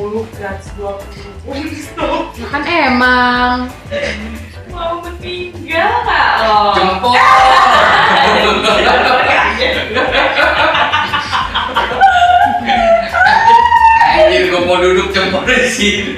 30, 120. Kan emang Mau meninggal nggak lo? Jempol. Anjir, gue mau duduk jempol di sini.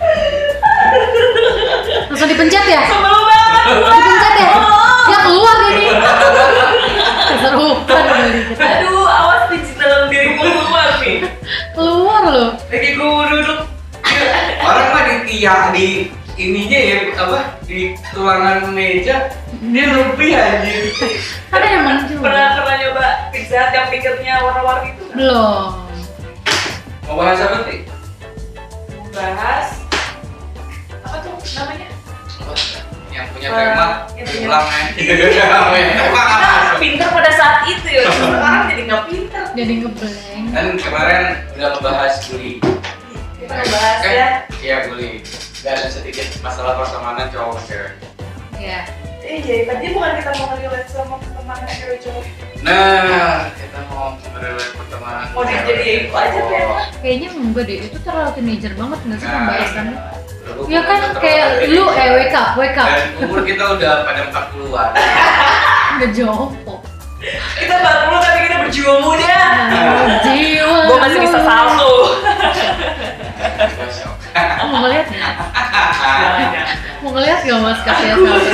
langsung dipencet ya? Sebelum banget. Dipencet ya? Ya keluar ini. Keserupan kali kita. Aduh, awas biji dalam dirimu keluar nih. Keluar loh. Lagi gue mau duduk. Orang mah di tiang di ininya ya apa di tulangan meja dia lebih anjir. Kan emang juga. Pernah nyoba pizza Hut yang pinggirnya warna-warni itu nggak? Belum. Mau bahas apa sih? Bahas apa tuh namanya? Yang punya tema yang punya- ulang aja. Tema apa? Kita pinter pada saat itu ya, sekarang jadi nggak pinter. Jadi ngeblank. Kan kemarin udah ngebahas bully. Kita ngebahas ya. Iya bully. Dan sedikit masalah pertemanan cowok sama cewek. Ya. Iya, tadi bukan kita mau relate sama pertemanan cewek cowok. Nah, kita mau merelate pertemanan. Mau dijadiin itu aja ya? Kayaknya enggak deh, itu terlalu teenager banget nggak sih pembahasannya? Berhubung Ya kan kita kayak terlalu- lu wake up. Dan umur kita udah pada 40-an. Nggak jompo. Kita 40 tapi kita berjiwa muda. Jiwa. Gue masih bisa salto. Gosok. Mau ngeliat nggak? Jangan. Mau ngeliat nggak mas Katia sahabat?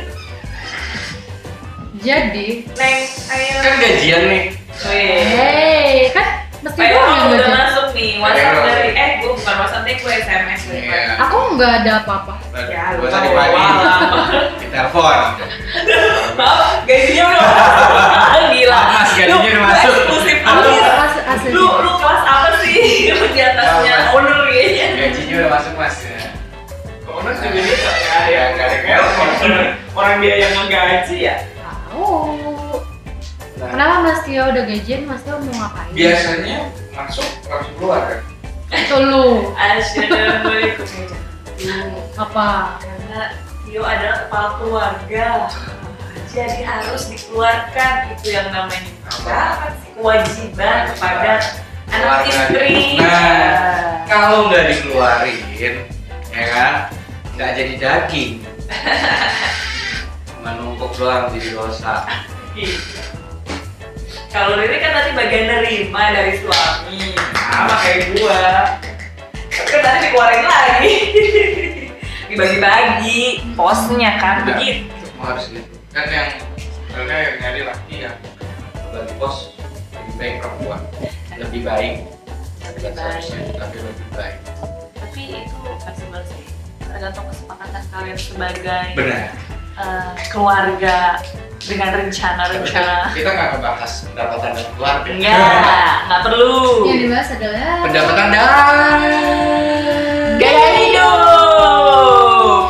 Jadi, Neng, ayo. Kan gajian nih. Wih. hey, kan mesti gue Payroll yang udah gaji. masuk nih, WhatsApp Payroll. dari gue bukan WhatsApp nih, gue SMS gue. Iya. Aku nggak ada apa-apa. Ya, Gua lu tadi tahu pagi malam. di telepon. Maaf, gajinya udah masuk. Gila. Mas, gajinya udah masuk. Eksklusif Aku banget. asli. Lu kelas apa sih? Di atasnya Mas. owner kayaknya. Gajinya udah masuk mas. Owner juga gitu ya. Orang dia yang ngegaji ya. Tahu. Kenapa Mas Tio udah gajian? Mas Tio mau ngapain? Biasanya masuk langsung keluar kan? Itu lu. Assalamualaikum. Apa? Karena Tio adalah kepala keluarga. Jadi harus dikeluarkan, itu yang namanya apa sih? Kewajiban kepada anak Keluarga. istri. Nah, kalau nggak dikeluarin, ya kan, nggak jadi daging. Cuma numpuk doang jadi dosa. Kalau Riri kan tadi bagian nerima dari suami, sama kayak gua. Tapi kan tadi dikeluarin lagi, dibagi-bagi posnya kan, Enggak. begitu. Cuma harus gitu. Kan yang sebenarnya yang nyari laki ya bagi bos lebih baik perempuan, lebih baik. Lebih Bukan baik. seharusnya, tapi lebih baik. Tapi itu fleksibel sih, tergantung kesepakatan kalian sebagai Benar. keluarga dengan rencana-rencana. Kita nggak ngebahas pendapatan dan keluarga. Nggak perlu. Yang dibahas adalah Pendapatan dan Gaya hidup.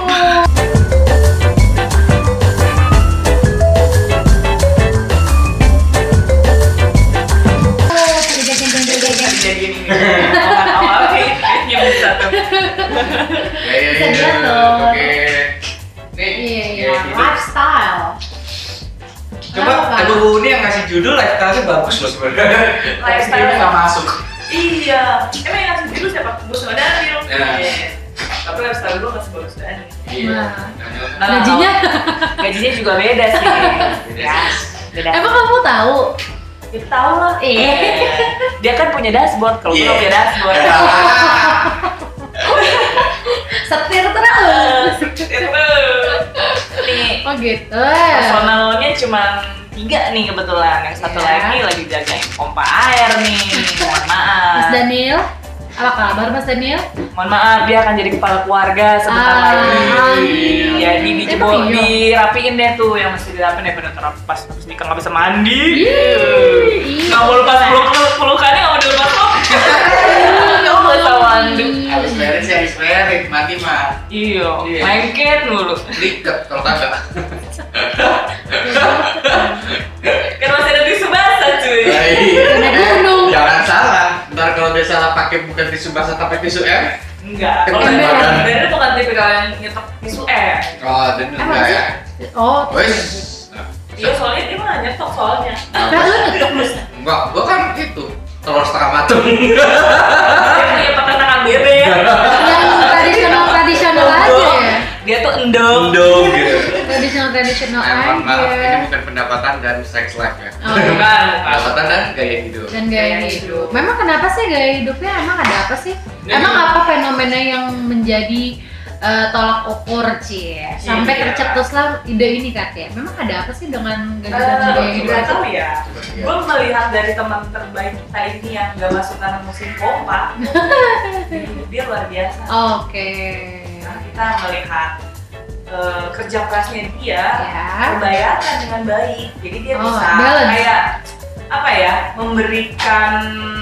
Jadi ini awal-awal kayaknya bisa tuh. gaya Bisa hidup. lihat dong. Oke. Nih, iya, gaya hidup. lifestyle. Coba, Apa? aduh ini yang ngasih judul lifestyle-nya bagus loh sebenarnya. Lifestyle. Ini nggak masuk. Iya. Emang yang ngasih dulu siapa? Bos sama Daniel. Ya. Iya. Tapi lifestyle dulu nggak sebagus Daniel. Iya. Nah, Gajinya? Gajinya juga beda sih. Ya, beda. Emang kamu tahu? Kita tahu lah. Dia kan punya dashboard, kalau gue Iya. nggak punya dashboard. Setir terus. Nih, Oh gitu. personalnya cuma 3 nih kebetulan. Yang satu Iya. lagi lagi jagain pompa air nih. Mohon maaf. Mas Daniel, apa kabar Mas Daniel? Mohon maaf, dia akan jadi kepala keluarga sebentar lagi. Jadi dijebol, dirapiin deh tuh yang mesti dirapiin daripada ntar pas habis nikah nggak bisa mandi. Iya. Nggak mau lepas pelukannya, nggak mau dilepas kok. Nggak mau bisa mandi. Habis beres ya habis beres, mati mah. Iya, Iya. lengket mulu. Liket kalau kagak. Kan masih ada tisu basah cuy. Kena gunung. Jangan salah. Ntar kalau dia salah pakai bukan tisu basah tapi tisu M. Enggak, kalau Ember. Daniel bukan tipikal yang nyetok tisu Oh, dan Emang enggak sih? ya. Oh, Wes. Iya, soalnya dia mah nyetok soalnya. kan lu nyetok Mas. Enggak, gua kan itu telur setengah mateng. Dia punya peternakan bebek. Yang tradisional aja ya. Dia tuh endong gitu. Tradisional Maaf, ini aja. bukan pendapatan dan sex life ya. Oh. bukan. Pendapatan dan gaya hidup. Dan gaya hidup. Memang kenapa sih gaya hidupnya? Emang ada apa sih? Emang apa fenomena yang menjadi tolak ukur sampai Iya. tercetuslah ide ini Kak ya? Memang ada apa sih dengan gaya hidup? Gak tahu ya. Gue melihat dari teman terbaik kita ini yang gak masuk karena musim pompa, dia luar biasa. Oke. Nah, kita melihat kerja kerasnya dia Ya. terbayarkan dengan baik. Jadi dia Oh, bisa balance. kayak apa ya, memberikan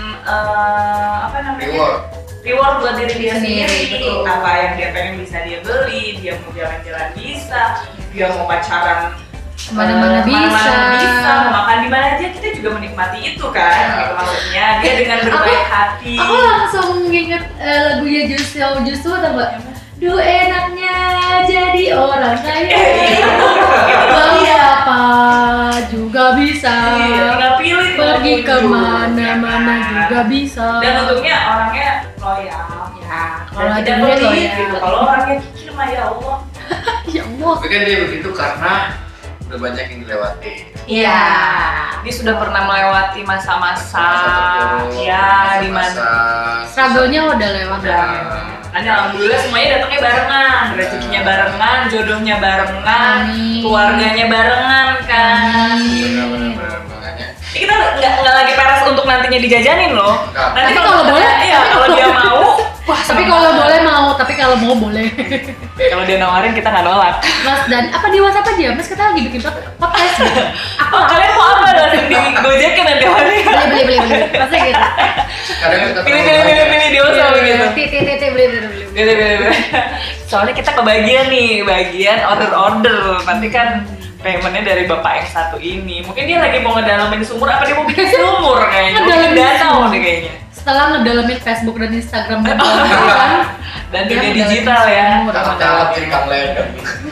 apa namanya? Reward buat diri dia Sendiri, sendiri. betul. Apa yang dia pengen bisa dia beli, dia mau jalan-jalan bisa, dia mau pacaran Kemana-mana bisa. mau makan di mana aja, kita juga menikmati itu kan. Ya. Gitu maksudnya dia dengan berbaik hati. Aku langsung nginget lagunya Jusu atau enggak? Duh enaknya jadi orang kaya. Bang apa juga bisa. Iya, tinggal pilih Pergi mau kemana-mana tujuan. juga bisa. Dan untungnya orangnya loyal. Ya, Kalau kalau ada tidak duit pelit loh ya. gitu. Kalau orangnya kikir mah ya Allah. Ya Allah. Tapi kan dia begitu karena udah banyak yang dilewati. Iya. Dia sudah pernah melewati masa-masa Masa-masa di mana Struggle-nya udah lewat. udah. Kan alhamdulillah semuanya datangnya barengan, rezekinya barengan, jodohnya barengan, Amin. keluarganya barengan kan. Benar-benar makanya. Ini kita nggak lagi peres untuk nantinya dijajanin loh. Enggak. Nanti Tapi kalau boleh, iya kalau dia mau, wah Tapi kalau boleh mau, tapi kalau mau boleh. kalau dia nawarin kita nggak nolak. Mas dan apa di WhatsApp aja, Mas kita lagi bikin podcast gitu. Oh kalian mau apa langsung di gojekin nanti hari? Beli. Pasti gitu. Kadang kita Pilih di WhatsApp gitu. Titi beli. Beli. Soalnya kita kebagian nih, bagian order. Nanti kan paymentnya dari bapak yang satu ini. Mungkin dia lagi mau ngedalamin sumur, apa dia mau bikin sumur kayaknya? Mau bikin danau deh kayaknya. Setelah ngedalamin Facebook dan Instagram kan. Dan Dia dunia ngedalamin digital ya. sumur. Cakep jadi kang ledeng.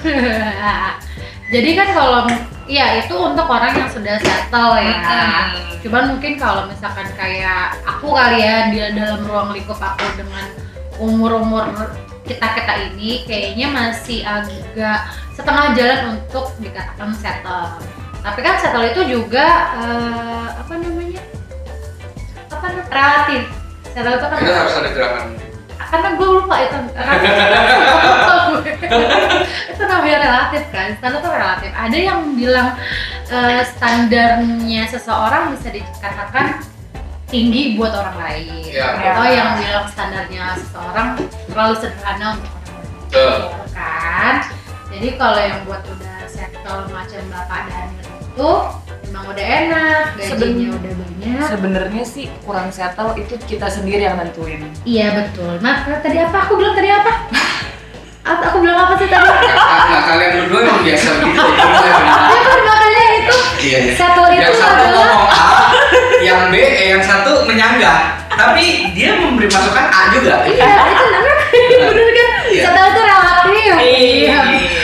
Jadi kan kalau ya itu untuk orang yang sudah settle ya. Cuman mungkin kalau misalkan kayak aku kali ya di dalam ruang lingkup aku dengan umur-umur kita ini kayaknya masih agak setengah jalan untuk dikatakan settle. Tapi kan settle itu juga apa namanya? Relatif. Settle itu kan Kita harus ada gerakan. karena gue lupa itu itu namanya relatif kan, standar itu relatif. Ada yang bilang standarnya seseorang bisa dikatakan tinggi buat orang lain, Ya. atau yang bilang standarnya seseorang terlalu sederhana untuk orang lain. Betul. Kan? Jadi kalau yang buat udah settle macam Bapak Daniel itu emang udah enak, gajinya udah banyak. Sebenarnya sih kurang settle itu kita sendiri yang nentuin. Iya betul. Nah tadi apa? Aku bilang tadi apa? Aku bilang apa sih tadi? Nah, kalian berdua yang biasa begitu. Ya kan makanya itu Iya. settle itu Yang satu adalah ngomong A, yang B, yang satu menyanggah. Tapi dia memberi masukan A juga. iya itu namanya bener kan? Iya. Settle itu relatif. Iya.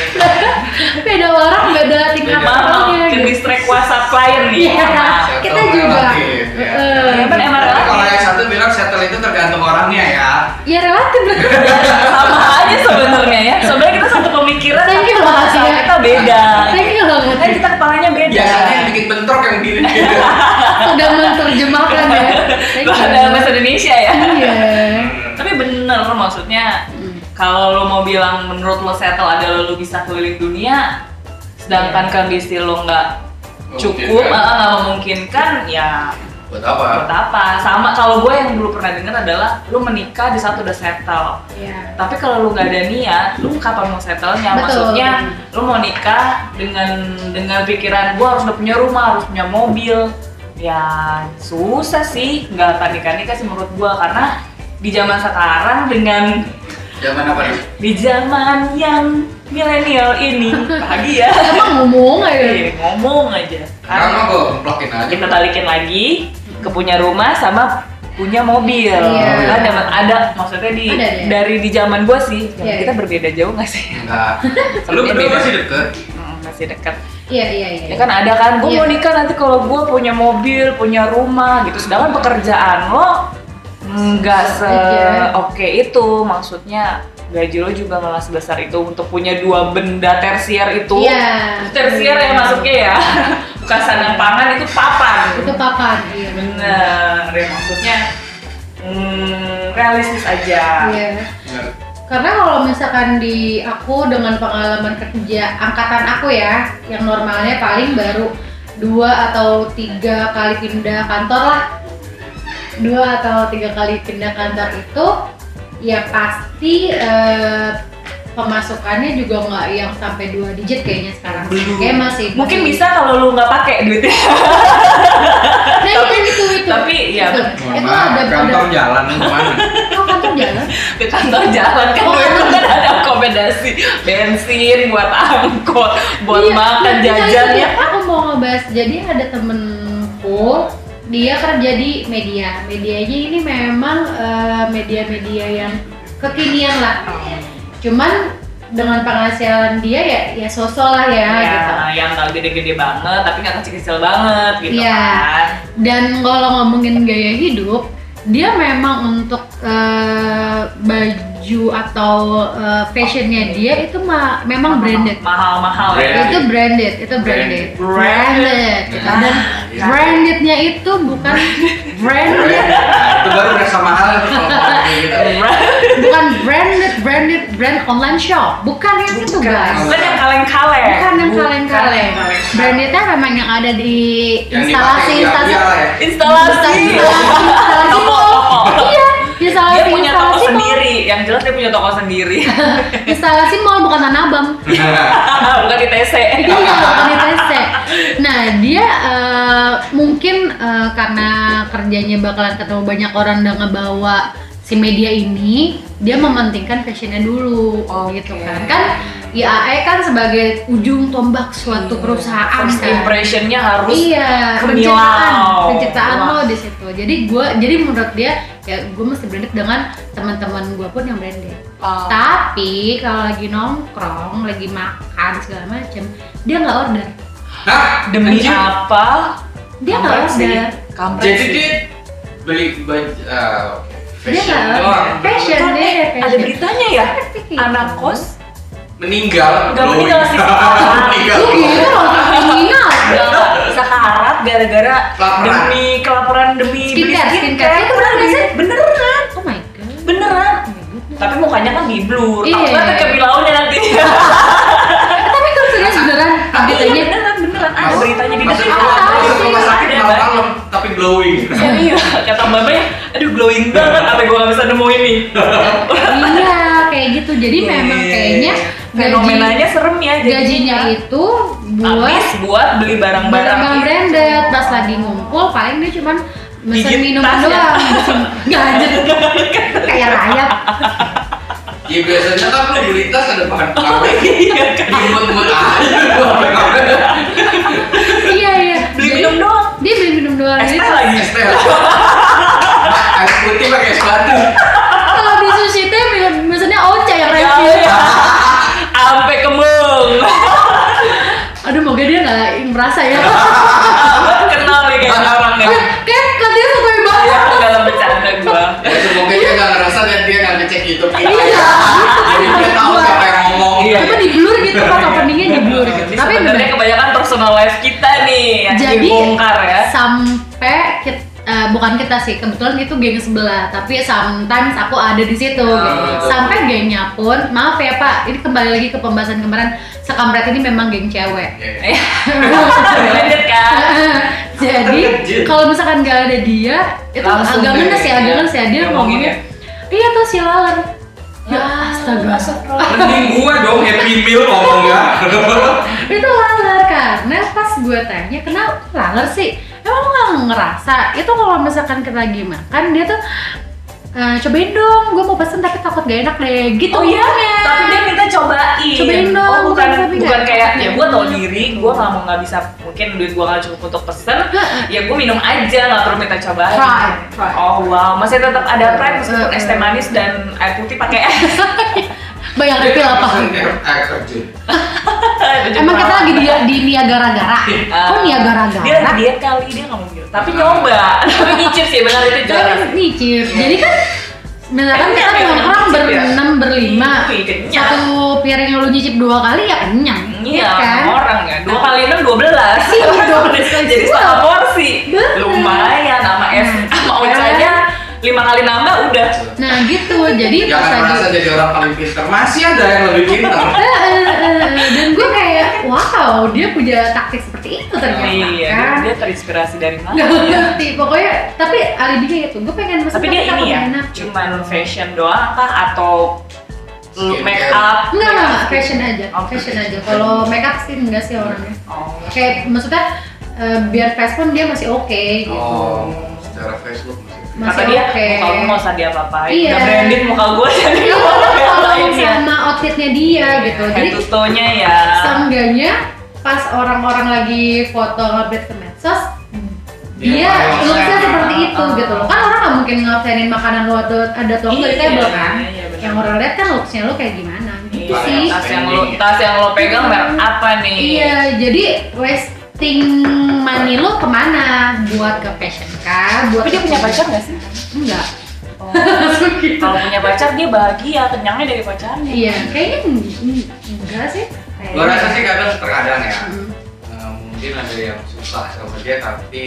Beda orang beda tingkat Beda. settle-nya Ke gitu. distract WhatsApp klien nih. Iya. Settle Kita juga. relatif, ya. Ya, kan emang Tapi relatif. kalau yang satu bilang settle itu tergantung orangnya ya. Ya relatif. Sama aja sebenarnya ya. Sebenarnya kita satu pemikiran, Thank you, tapi bahasa makasih ya. kita beda. Thank you banget. Kan kita kepalanya beda. Biasanya yang bikin bentrok yang diri. Sudah menerjemahkan ya. Thank you. Dalam bahasa Indonesia ya. Iya. Tapi bener maksudnya kalau lo mau bilang menurut lo settle adalah lo bisa keliling dunia, sedangkan kondisi lo nggak cukup, nggak memungkinkan, ya Buat apa? buat apa? Sama kalau gue yang dulu pernah dengar adalah lo menikah di saat udah settle. Iya. Tapi kalau lu nggak ada niat, lu kapan mau settle-nya? Betul. Maksudnya lu mau nikah dengan pikiran gua harus udah punya rumah, harus punya mobil. Ya susah sih, nggak akan nikah sih menurut gua karena di zaman sekarang dengan Zaman apa nih? di zaman yang milenial ini bahagia. Emang ngomong aja. Iya, ngomong aja. Karena gue ngeplokin aja. Kita balikin lagi ke punya rumah sama punya mobil. Iya. Kan ada maksudnya Ada deh. dari di zaman gua sih. Zaman Iya, kita iya. berbeda jauh nggak sih? Enggak. Lu Sebenarnya berdua beda. masih deket? Masih dekat. Iya. Ya kan ada kan, gue Iya. mau nikah nanti kalau gue punya mobil, punya rumah gitu. Sedangkan pekerjaan lo nggak aja. oke itu, maksudnya gaji lo juga nggak sebesar itu untuk punya 2 benda tersier itu. Iya. Tersier ya masuknya ya, bukan sandang pangan, itu papan. Itu papan, iya. Bener, ya maksudnya realistis aja. Iya. Bener. Karena kalau misalkan di aku dengan pengalaman kerja angkatan aku ya, yang normalnya paling baru 2 atau 3 kali pindah kantor lah. 2 atau 3 kali pindah kantor itu ya pasti pemasukannya juga nggak yang sampai 2 digit kayaknya sekarang. Belum. Kayak masih Mungkin bisa kalau lu nggak pakai duitnya. Nah, itu. Tapi ya Itu Mama, ada kantor jalan kemana? Oh, kantor jalan. ke kantor jalan kan duit lu kan ada akomodasi, bensin buat angkot, buat Iya, makan nah, jajan itu ya. Aku mau ngebahas, jadi ada temenku dia kerja di medianya ini memang media-media yang kekinian lah, cuman dengan penghasilan dia ya sosok lah ya, gitu. Yang nggak gede-gede banget tapi nggak kecil-kecil banget gitu Iya. kan. Dan kalau ngomongin gaya hidup, dia memang untuk baju atau fashionnya dia itu memang branded. Mahal-mahal ya. Itu branded. Branded. Gitu. Dan Iya. brandednya itu bukan branded, Itu baru berasa mahal tuh kalau ngomong gitu. bukan brand online shop, bukan yang itu guys. Bukan yang kaleng-kaleng. Bukan yang kaleng-kaleng. Brandednya memang yang ada di Yang instalasi dipakai iya lah ya. Instalasi. mall. Iya, instalasi Dia punya toko mall. sendiri. Yang jelas dia punya toko sendiri. Instalasi mall bukan Tanah Abang. Bukan di TC. Iya, bukan di TC. Nah, dia mungkin karena kerjanya bakalan ketemu banyak orang dan ngebawa si media ini, dia mementingkan fashionnya dulu, gitu kan. Kan IAE kan sebagai ujung tombak suatu perusahaan First kan. impressionnya harus Iya, kemilau. penciptaan Wah. lo di situ. Jadi menurut dia ya gue mesti branded dengan teman-teman gue pun yang branded. Oh. Tapi kalau lagi nongkrong, lagi makan segala macem, dia nggak order. Hah? Demi Anjir. apa? Dia nggak Kampret sih. order. Kampret Jadi sih. dia beli baju Dia fashion nggak doang. order. Fashion Kan, dia ada fashion. beritanya ya, Gitu. anak kos Meninggal. Nggak glowing. meninggal sih. Meninggal. Lu gila loh, kriminal. nggak sekarat gara-gara Kelaparan. demi kelaparan demi beli Skincare. Itu beneran nggak sih? Beneran, Oh my god. beneran. Oh my goodness. Tapi mukanya kan di blur. Iya. Aku nggak ke bilaunya nanti. Tapi kan serius beneran Iya beritanya. beneran. Ada beritanya di Maksud depan. gua tahu masuk sih. rumah sakit Ada malam-malam tapi glowing. Iya, kata mbaknya, aduh glowing banget, apa gue gak bisa nemuin nih. Iya, kayak gitu. Jadi memang kayaknya fenomenanya serem ya. gajinya itu buat habis buat beli barang-barang barang itu. branded. Pas lagi ngumpul paling dia cuman mesen Gigit minuman tas ya? doang. Nggak anjir, kayak rayap. Ya biasanya kan lu beli tas ada bahan pengawet. Iya kan. Diemut-emut aja. Iya. Beli Jadi, minum doang. dia beli minum doang. Es Jadi teh lagi. Es teh. Air putih pakai es batu. kalau di sushi teh mesennya ocha yang Ya, refill. ya. Sampai kembung. Aduh, moga dia nggak merasa ya. Kenal nih kayak orang ya. Kan katanya sesuai banget. Ya, dalam bercanda gua. Ya semoga dia nggak ngerasa dan dia nggak ngecek YouTube kita. Iya. Jadi dia tahu siapa yang ngomong. Iya. Cuma di blur gitu pas openingnya di blur gitu. Jadi Tapi sebenarnya bener. kebanyakan personal life kita nih yang Jadi dibongkar ya. sampai bukan kita sih, kebetulan itu geng sebelah, tapi sometimes aku ada di situ. Gitu. Sampai gengnya pun, maaf ya Pak, ini kembali lagi ke pembahasan kemarin, sekampret ini memang geng cewek. Iya. Lanjut kan. Jadi kalau misalkan gak ada dia, itu Langsung agak deh, ngenes ya, agak ya. ngenes ya. Dia Ngomongin ngomongnya, iya tuh si Laler. Ya astaga. Mending gua dong Happy Meal ngomongnya. Itu Laler, karena pas gue tanya kenapa Laler sih, emang lu gak ngerasa itu kalau misalkan kita lagi makan dia tuh cobain dong, gue mau pesen tapi takut gak enak deh gitu. Oh iya, tapi dia minta cobain. Cobain dong, Oh bukan tapi bukan nggak kayak enak. ya gue tau diri, gue nggak bisa, mungkin duit gue nggak cukup untuk pesen, ya gue minum aja nggak perlu minta cobain. Try. Oh wow, masih tetap ada pride meskipun es teh manis dan air putih pakai es. Bayang refill apa? Air terjun. Emang kita lagi di Niagara-gara. Kok Niagara-gara? Dia lagi diet kali, dia nggak mau gitu. Tapi nyoba, tapi nyicip sih, benar itu juara. Nyicip. Jadi kan misalkan kita nongkrong berenam berlima, satu piring lu nyicip 2 kali ya kenyang. Iya, kan? orang ya. 2 kali 6 12. Iya, 12. Jadi setengah porsi. Lumayan sama es sama ocanya 5 kali nambah udah. Nah gitu, jadi Jangan merasa jadi orang paling pintar, masih ada yang lebih pintar. Dan gue kayak wow, dia punya taktik seperti itu ternyata. Iya, kan? dia terinspirasi dari mana? Gak ngerti, pokoknya tapi alibinya itu, gue pengen mesen Tapi dia ini ya, enak. cuman fashion doang kah atau Skincare. make up? Enggak, fashion aja, Oh, fashion aja. Kalau make up sih enggak sih orangnya. Oh. Kayak maksudnya biar face pun dia masih oke gitu. Oh, secara Facebook masih. Kata Masih dia, oke. muka lu nggak usah diapa-apain, Iya. udah branded muka gue jadi Iya, yang kalau lain ya. sama outfitnya dia gitu. Jadi Head to toe-nya ya. seenggaknya pas orang-orang lagi foto update ke medsos, dia pakai looknya offset. seperti itu gitu loh. Kan orang nggak mungkin ngabsenin makanan lu ada tuh di table kan. Iya, benar. Yang orang lihat kan looksnya lu kayak gimana gitu Iya, sih. tas yang lo pegang merek apa nih? Iya, jadi wasting money lu kemana? Buat ke fashion kah? Buat Tapi dia ke- punya pacar nggak sih? Enggak. Oh. Kalau punya pacar dia bahagia, kenyangnya dari pacarnya. Iya, kayaknya enggak sih. Kayaknya. Gua rasa sih terkadang ya. Hmm. Mungkin ada yang suka sama dia tapi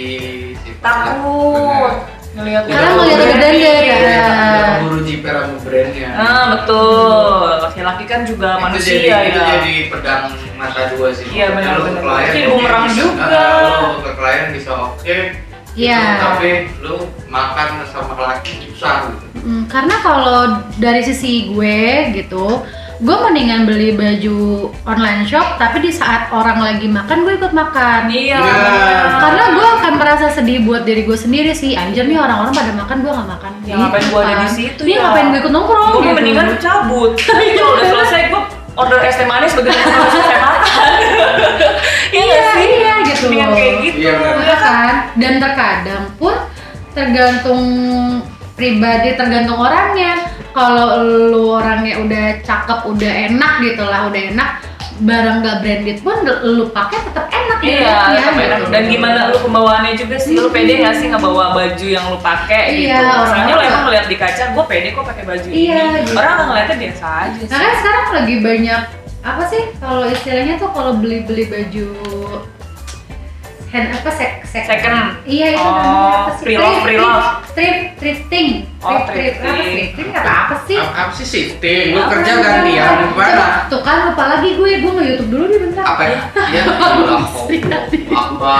Takut ngelihat Karena ngelihat ada branded Udah kan. keburu jiper sama brandnya. Betul. Laki-laki kan juga Itu manusia jadi, ya. itu jadi pedang mata dua sih. Iya, benar, Lu ke benar. klien Jadi oke, bumerang bisa. juga. Lu ke klien bisa oke. Iya. gitu, tapi lu makan sama laki susah gitu. Karena kalau dari sisi gue gitu, gue mendingan beli baju online shop tapi di saat orang lagi makan gue ikut makan. Iya. Karena gue akan merasa sedih buat diri gue sendiri sih. Anjir nih orang-orang pada makan, gue nggak makan. Ya, ngapain Gitu gue ada kan. di situ Iya, ya? ngapain gue ikut nongkrong Gue gitu. mendingan cabut. Tapi kalau udah selesai gue order es teh manis begitu selesai makan. Iya nggak sih? Iya gitu. Mendingan kayak gitu. Iya, benar. Iya kan? Dan terkadang pun tergantung pribadi, tergantung orangnya. Kalau lu orangnya udah cakep, udah enak gitu lah, udah enak, barang gak branded pun lu pakai tetap enak Iya, ya, tetap enak. gitu. Dan gimana lu pembawaannya juga sih, lu pede nggak sih ngebawa baju yang lu pakai Iya, gitu. Misalnya lu orang- emang ngeliat di kaca, gue pede kok pakai baju Iya, ini. gitu. Orang nggak ngeliatnya biasa aja sih. Nah kan sekarang lagi banyak apa sih kalau istilahnya tuh kalau beli baju Second. Iya itu Oh, namanya apa sih? pre-love. Thrifting. Oh, Apa thrifting. thrifting kata apa sih? Apa sih shifting? Lu Apa kerja namanya? gantian gimana? Tuh kan lupa lagi gue nge-YouTube dulu nih bentar. Apa ya? Ya Allah. Apa?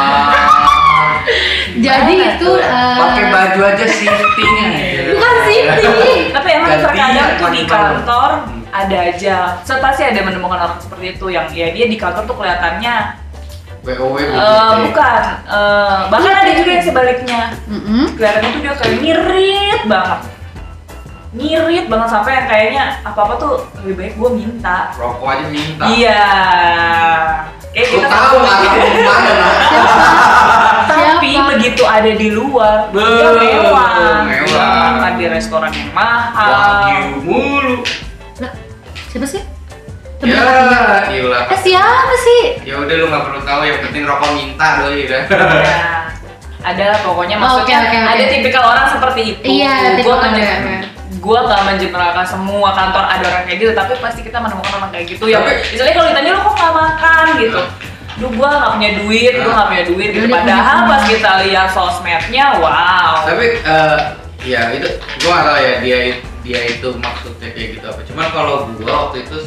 Jadi Gimana itu tuh? Pakai baju aja shiftingnya. bukan shifting. Tapi emang Gantian, terkadang tuh di pagi-pagi. kantor ada aja. Pasti ada menemukan orang seperti itu yang ya dia di kantor tuh kelihatannya WOW bukan. Bahkan ada juga yang sebaliknya. Kelihatannya tuh dia kayak ngirit banget. Ngirit banget sampai yang kayaknya apa-apa tuh lebih baik gue minta. Rokok aja minta. Iya. Kayak Lu kita tahu arah kemana lah. tapi Siapa? begitu ada di luar, dia mewah. Mewah. Makan di restoran yang mahal. Wagyu mulu. Lah, siapa sih? Ya, gila. Siapa sih? Ya udah lu nggak perlu tahu, yang penting rokok minta doi udah. Ya, ada lah pokoknya maksudnya Oke. ada tipikal orang seperti itu. Iya, Gua tipikal menjen- ada. gua gak menjelaskan semua kantor ada orang kayak gitu, tapi pasti kita menemukan orang kayak gitu ya. Tapi- Misalnya kalau ditanya lo kok gak makan gitu, duh gua gak punya duit, gua gak punya duit gitu. Udah Padahal punya. pas kita lihat sosmednya, wow. Tapi ya itu gua nggak tahu ya dia itu maksudnya kayak gitu apa. Cuman kalau gua waktu itu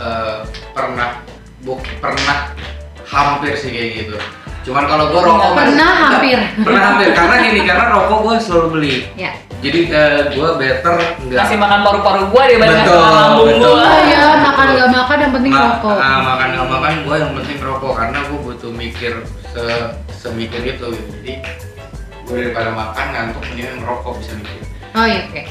pernah hampir sih kayak gitu. Cuman kalau gua rokok Pernah hampir. pernah hampir karena rokok gua selalu beli. Ya. Jadi gua better enggak Ngasih makan paru-paru gua daripada ngasih Betul, makan lambung betul. gua. Oh ya, makan nggak makan yang penting rokok. makan nggak makan gua yang penting rokok karena gua butuh mikir semikir itu gitu. Jadi gua daripada makan ngantuk mendingan ngerokok bisa mikir. Oh iya, oke.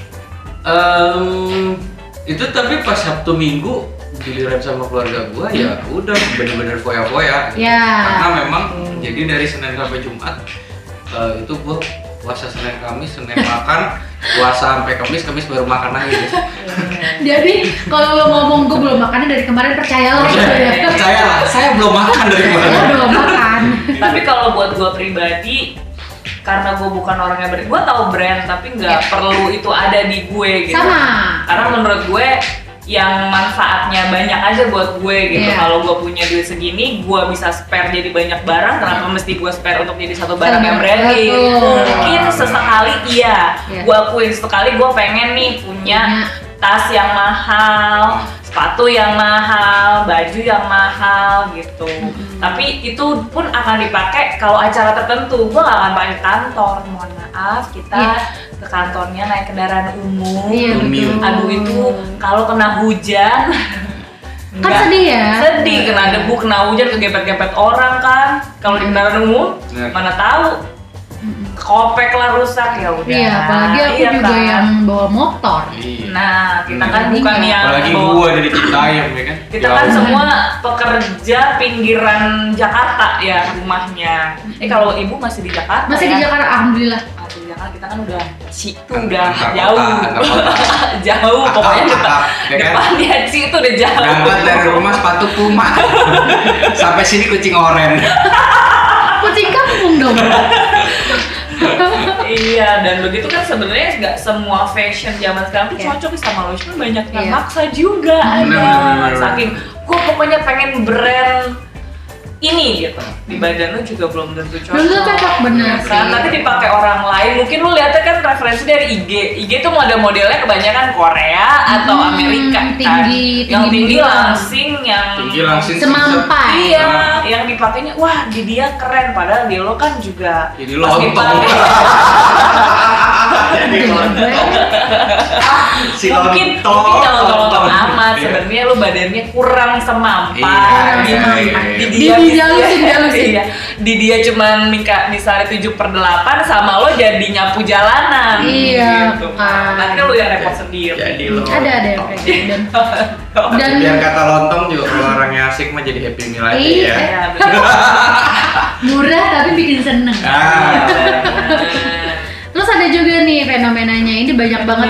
Itu tapi pas Sabtu Minggu giliran sama keluarga gua ya udah bener-bener foya-foya gitu. Ya. Karena memang jadi dari Senin sampai Jumat itu gua puasa Senin Kamis, Senin makan, puasa sampai Kamis baru makan lagi. Jadi kalau lo ngomong gue belum makannya dari kemarin, percayalah gitu ya. Percayalah, saya belum makan dari kemarin. Saya belum makan. Tapi kalau buat gue pribadi, karena gue bukan orang yang gue tahu brand tapi nggak perlu itu ada di gue gitu. Sama. Karena menurut gue yang manfaatnya banyak aja buat gue gitu. Kalau gue punya duit segini, gue bisa spare jadi banyak barang. Kenapa mesti gue spare untuk jadi satu barang yang branded? Mungkin sesekali gue akuin sekali gue pengen nih punya tas yang mahal, sepatu yang mahal, baju yang mahal gitu. Tapi itu pun akan dipakai kalau acara tertentu. Gue gak akan pakai kantor. Mohon maaf, kita ke kantornya naik kendaraan umum. Aduh itu kalau kena hujan kan sedih ya? Sedih, kena debu, kena hujan, kegepet-gepet orang kan. Kalau di kendaraan umum, mana tahu kopek lah, rusak, ya udah. Iya, apalagi aku juga yang bawa motor. Nah, kita kan bukan yang apalagi gua dari Citayam ya kan. Kita kan semua pekerja pinggiran Jakarta ya rumahnya. Kalau ibu masih di Jakarta? Masih di Jakarta, alhamdulillah. Masih di Jakarta, kita kan udah udah jauh. Jauh pokoknya depannya itu udah jauh. Berangkat dari rumah sepatu Puma. Sampai sini kucing oren. Kucing kampung dong. Iya, dan begitu kan sebenarnya nggak semua fashion zaman sekarang tuh cocok sama lo, cuma banyak yang maksa juga ada. Saking gue pokoknya pengen brand ini gitu, di badan lu juga belum tentu cocok. Belum tentu cocok, bener kan? Nanti dipakai orang lain, mungkin lu lihatnya kan referensi dari IG tuh model-modelnya kebanyakan Korea atau Amerika kan, yang tinggi langsing, semampai. Iya, yang dipakainya wah di dia keren, padahal di lo kan juga jadi lontong. Mungkin jangan lontong amat, sebenarnya lu badannya kurang semampai. Di dia cuman misalnya 7/8 sama lo jadi nyapu jalanan. Iya. Gitu. Nanti lo yang repot sendiri. Jadi lo. Ada yang kayak gitu. Dan biar kata lontong juga kalau orangnya asik mah jadi happy meal aja ya. Murah tapi bikin seneng. Terus ada juga nih fenomenanya, ini banyak banget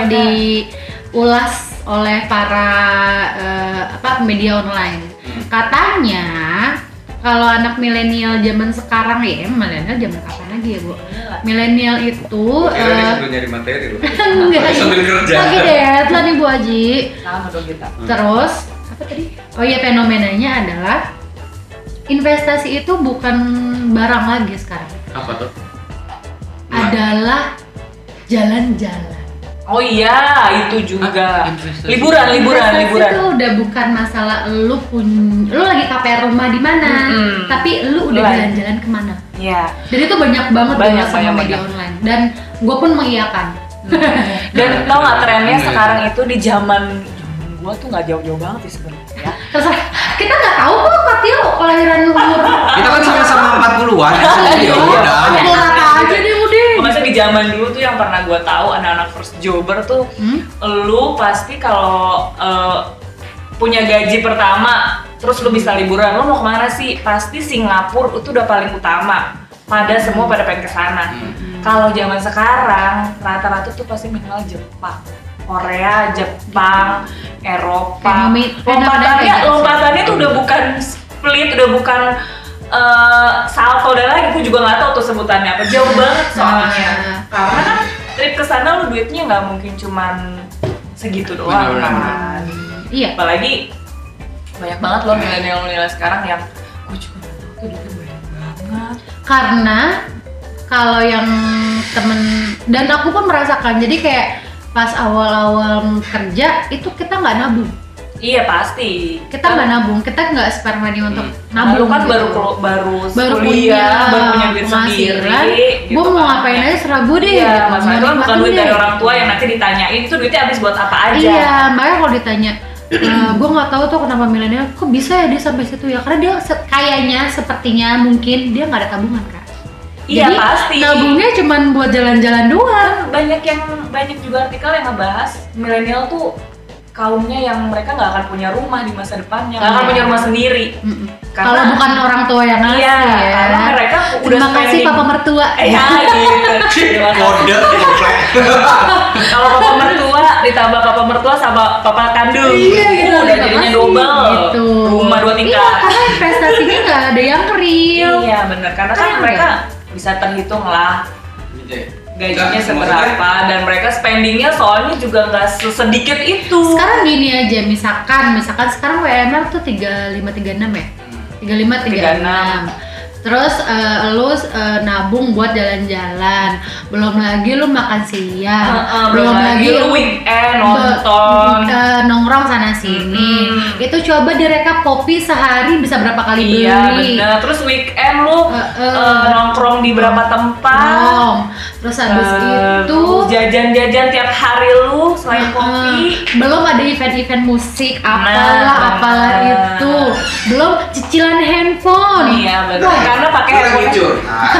diulas oleh para media online. Katanya kalau anak milenial zaman sekarang milenial zaman kapan lagi ya, Bu? Milenial itu sambil nyari materi loh. Enggak. Sambil kerja. Lagi deadline nih Bu Haji. Sama dong kita. Terus apa tadi? Oh iya, fenomenanya adalah investasi itu bukan barang lagi sekarang. Apa tuh? Adalah jalan-jalan. Oh iya, itu juga. Liburan. Itu udah bukan masalah lu lagi KPR rumah di mana, tapi lu udah jalan-jalan kemana. Iya. Dan itu banyak banget sama media online. Dan gue pun mengiyakan. Dan tau nggak trennya sekarang itu di zaman gua tuh nggak jauh-jauh banget sih sebenarnya. Terserah, kita nggak tahu kok Katio kelahiran umur. Kita kan sama-sama 40-an. Iya, rata aja deh udah. Masa di zaman dulu tuh yang pernah gua tahu anak-anak first jobber tuh, lu pasti kalau punya gaji pertama, terus lu bisa liburan, lu mau kemana sih? Pasti Singapura itu udah paling utama. Semua pada pengen kesana. Kalau zaman sekarang rata-rata tuh pasti minimal Jepang, Korea, Jepang, Eropa. Lompatannya tuh udah bukan split, udah bukan salto dan lagi. Gue juga nggak tahu tuh sebutannya apa. Jauh banget soalnya. Karena kan trip kesana lu duitnya nggak mungkin cuman segitu doang kan. Iya. Apalagi banyak banget loh milenial sekarang yang gue juga nggak tahu tuh duitnya banyak banget. Karena kalau yang temen dan aku pun merasakan, jadi kayak pas awal-awal kerja itu kita nggak nabung. Iya pasti. Kita nggak nabung, kita nggak spare money untuk nabung. Kan gitu. baru kuliah, baru punya duit sendiri. Gue gitu mau ngapain aja serabu deh. Iya, gitu. Maksudnya itu bukan duit dari orang tua yang nanti ditanyain itu duitnya habis buat apa aja. Iya, makanya kalau ditanya, gue nggak tahu tuh kenapa milenial kok bisa ya dia sampai situ ya, karena dia kayaknya sepertinya mungkin dia nggak ada tabungan kan. Iya. Jadi, pasti. Nabungnya cuma buat jalan-jalan doang. Banyak juga artikel yang ngebahas milenial tuh kaumnya yang mereka nggak akan punya rumah di masa depannya, nggak akan punya rumah sendiri. Kalau bukan orang tua yang ngasih iya, ya. karena mereka udah terima kasih papa mertua. Iya gitu. Kode Kalau papa mertua ditambah papa mertua sama papa kandung, Gitu, udah jadinya double. Gitu. Rumah 2 tingkat. Iya, karena investasinya nggak ada yang real. Iya benar, karena kan mereka bisa terhitung lah gajinya seberapa dan mereka spendingnya soalnya juga nggak sesedikit itu. Sekarang gini aja, misalkan sekarang WMR tuh 3536 ya? 3536. Terus lu nabung buat jalan-jalan, belum lagi lu makan siang, belum lagi lu weekend nonton, nongkrong sana sini. Itu coba direkap kopi sehari bisa berapa kali beli? Iya benar. Terus weekend lu nongkrong di berapa tempat? Terus habis itu jajan-jajan tiap hari lu selain kopi. Belum ada event-event musik, apalah itu. Belum cicilan handphone. Iya benar. Karena pakai handphone.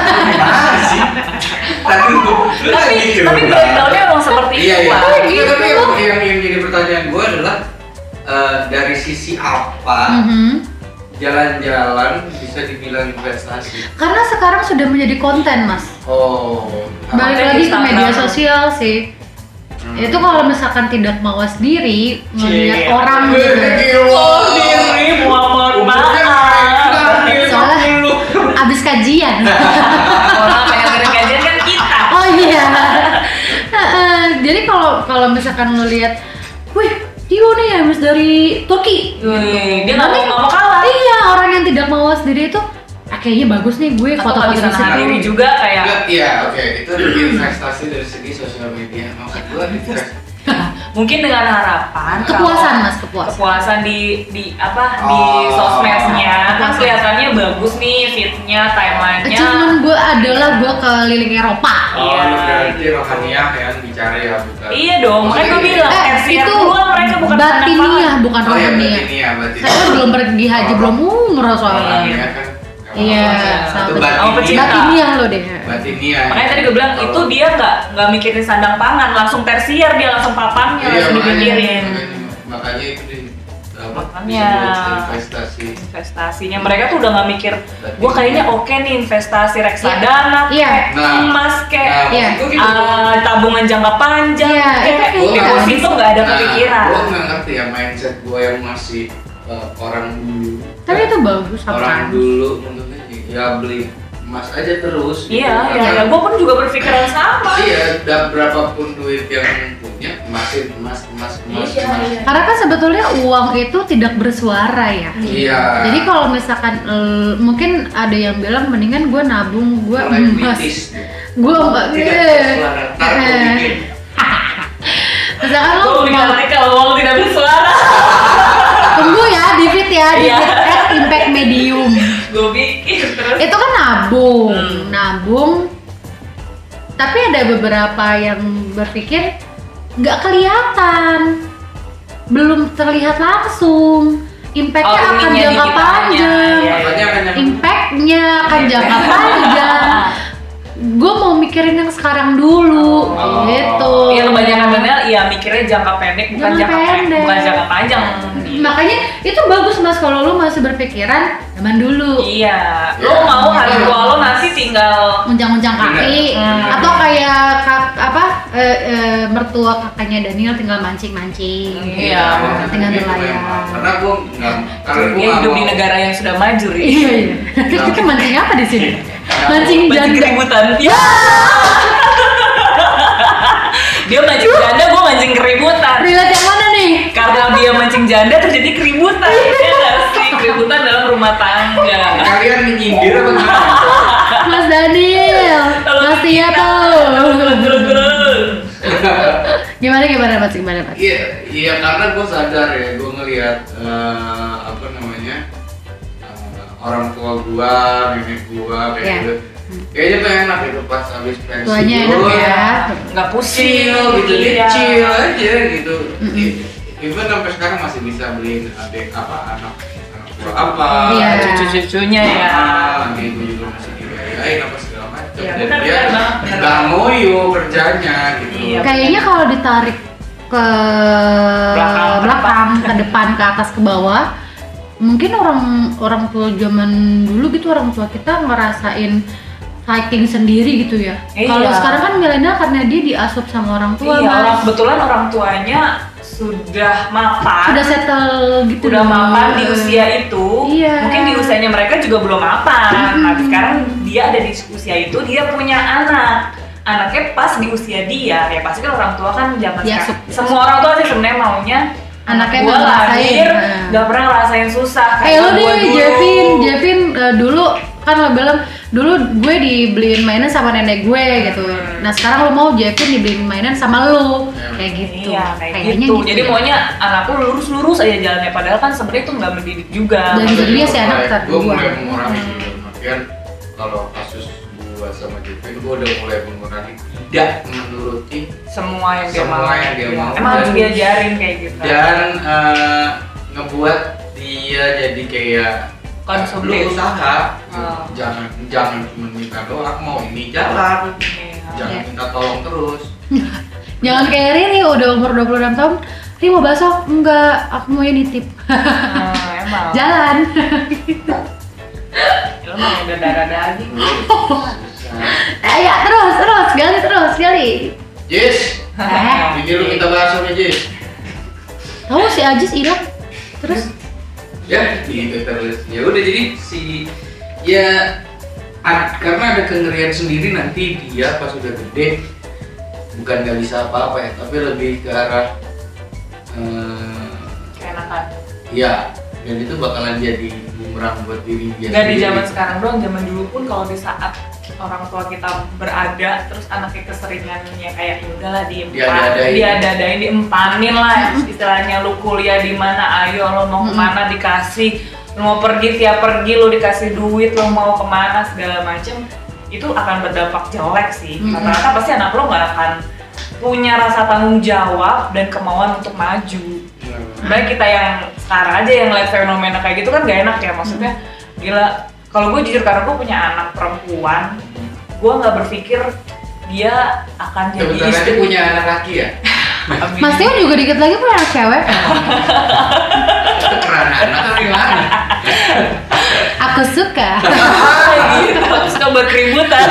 Tapi breakdownnya emang seperti itu. Iya. Tapi yang jadi pertanyaan gue adalah dari sisi apa jalan-jalan bisa dibilang investasi? Karena sekarang sudah menjadi konten, Mas. Balik lagi ke media sosial sih. Itu kalau misalkan tidak mawas diri melihat orang gitu. Diri Muhammad Soalnya abis kajian. Orang pengen dengerin kajian kan kita. Oh iya. Jadi kalau misalkan lo lihat, wih, Tio nih habis dari Turki. Dia nggak mau kalah. Iya, orang yang tidak mawas diri itu kayaknya bagus nih gue foto-foto di situ. Diri juga kayak. Iya, oke. Itu investasi dari segi sosial media. Maksud gue mungkin dengan harapan kepuasan Mas, kepuasan di sosmednya kan kelihatannya bagus nih fitnya, timelinenya. Achievement gue adalah gue keliling Eropa. Lu berarti rohaniah yang bicara ya bukan? Iya dong, makanya gue bilang itu mereka bukan batiniah bukan rohaniah. Saya belum pergi haji, belum umroh soalnya. Iya, batiniah lo deh. Batiniah. Makanya tadi gue bilang itu dia nggak mikirin sandang pangan, langsung tersier, dia langsung papannya langsung dipikirin. Makanya itu investasinya mereka tuh udah nggak mikir gue kayaknya oke nih investasi reksadana, emas tabungan jangka panjang, deposito nggak ada kepikiran. Gue nggak ngerti ya mindset gue yang masih orang dulu. Tapi itu bagus orang dulu menurutnya ya beli emas aja terus. Iya, gue pun juga berpikiran sama. Iya, berapapun duit yang punya emas. Karena kan sebetulnya uang itu tidak bersuara ya. Iya. Jadi kalau misalkan mungkin ada yang bilang mendingan gue nabung gue emas. Gue misalkan lo ngerti kalau uang tidak bersuara. Tunggu ya, di feed impact medium. Gue pikir terus. Itu kan nabung. Tapi ada beberapa yang berpikir nggak kelihatan, belum terlihat langsung. Impactnya akan jangka panjang. Impactnya akan jangka panjang. Gue mau mikirin yang sekarang dulu, gitu. Iya, kebanyakan bener, mikirnya jangka pendek bukan jangka panjang. Makanya itu bagus Mas kalau lo masih berpikiran zaman dulu. Iya. Lo mau hari tua lo nanti tinggal muncang-muncang kaki atau kayak mertua kakaknya Daniel tinggal mancing-mancing. Iya. Tinggal nelayan. Karena gue hidup di negara yang sudah maju. Iya. Kita mancing apa di sini? Mancing janda. Keributan. Ya. Dia mancing janda, gue mancing keributan. Relate yang mana nih? Karena dia mancing janda terjadi keributan. Ya nggak sih? Keributan dalam rumah tangga. Kalian menyindir apa gimana? Mas Daniel, Mas Tia tuh. Gimana Mas? Iya karena gue sadar ya, gue ngelihat orang tua gue, nenek gue kayak gitu. Kayaknya tuh enak gitu pas habis pensiun. Tuanya enak ya, nggak pusing gitu, chill aja gitu. Even sampai sekarang masih bisa beliin anak cucu-cucunya ya. Gitu juga masih dibayarin apa segala macam. Dan dia nggak ngoyo kerjanya gitu. Kayaknya kalau ditarik ke belakang, ke depan, ke atas, ke bawah. Mungkin orang tua zaman dulu gitu, orang tua kita ngerasain fighting sendiri gitu ya. Kalau sekarang kan milenial karena dia diasup sama orang tua. Iya, kebetulan orang tuanya sudah mapan, sudah settle gitu, udah mapan di usia itu. Mungkin di usianya mereka juga belum mapan. Nah sekarang dia ada di usia itu, dia punya anaknya pas di usia dia, ya pasti kan orang tua kan zaman sekarang semua orang tua sih sebenarnya maunya anaknya gua lahir nggak pernah ngerasain susah kayak lo deh. Jevin dulu kan lo bilang dulu gue dibeliin mainan sama nenek gue gitu. Nah sekarang lo mau Jevin dibeliin mainan sama lo kayak gitu. Iya kayak gitu. Jadi maunya anakku lurus aja jalannya, padahal kan sebenarnya itu nggak mendidik juga. Dan jadinya si anak terdua. Gue mulai mengurangi juga, makanya kalau kasus gue sama Jevin, gue udah mulai mengurangi tidak menuruti semua yang dia mau. Emang harus diajarin kayak gitu. Dan ngebuat dia jadi kayak konsumtif. Usaha. Jangan cuma minta doang, aku mau ini jalan. Jangan minta tolong terus. Jangan kayak Riri udah umur 26 tahun, Riri mau bakso? Enggak, aku mau nitip. Emang. Jalan. Lo mau udah darah daging. Ya terus gali. Jis, ini lu kita bakso nih Jis. Tahu si Ajis hilang, terus? Ya, gitu terus. Ya udah jadi karena ada kengerian sendiri nanti dia pas udah gede bukan nggak bisa apa-apa ya, tapi lebih ke arah keenakan. Iya, dan itu bakalan jadi bumerang buat diri dia. Gak di zaman sekarang doang, zaman dulu pun kalau di saat orang tua kita berada terus anaknya keseringannya kayak udahlah diadain diempanin lah istilahnya. Lu kuliah di mana, ayo lo mau kemana dikasih, lo mau pergi tiap pergi lo dikasih duit, lo mau kemana segala macem, itu akan berdampak jelek sih. Rata-rata pasti anak lo nggak akan punya rasa tanggung jawab dan kemauan untuk maju. Sebenarnya kita yang sekarang aja yang lihat fenomena kayak gitu kan gak enak ya, maksudnya gila. Kalau gue jujur karena gue punya anak perempuan, gue nggak berpikir dia akan jadi istri. Punya anak laki ya? Mas Tio juga dikit lagi punya anak cewek. Itu keren anak gimana? Aku suka. Gitu, suka buat keributan.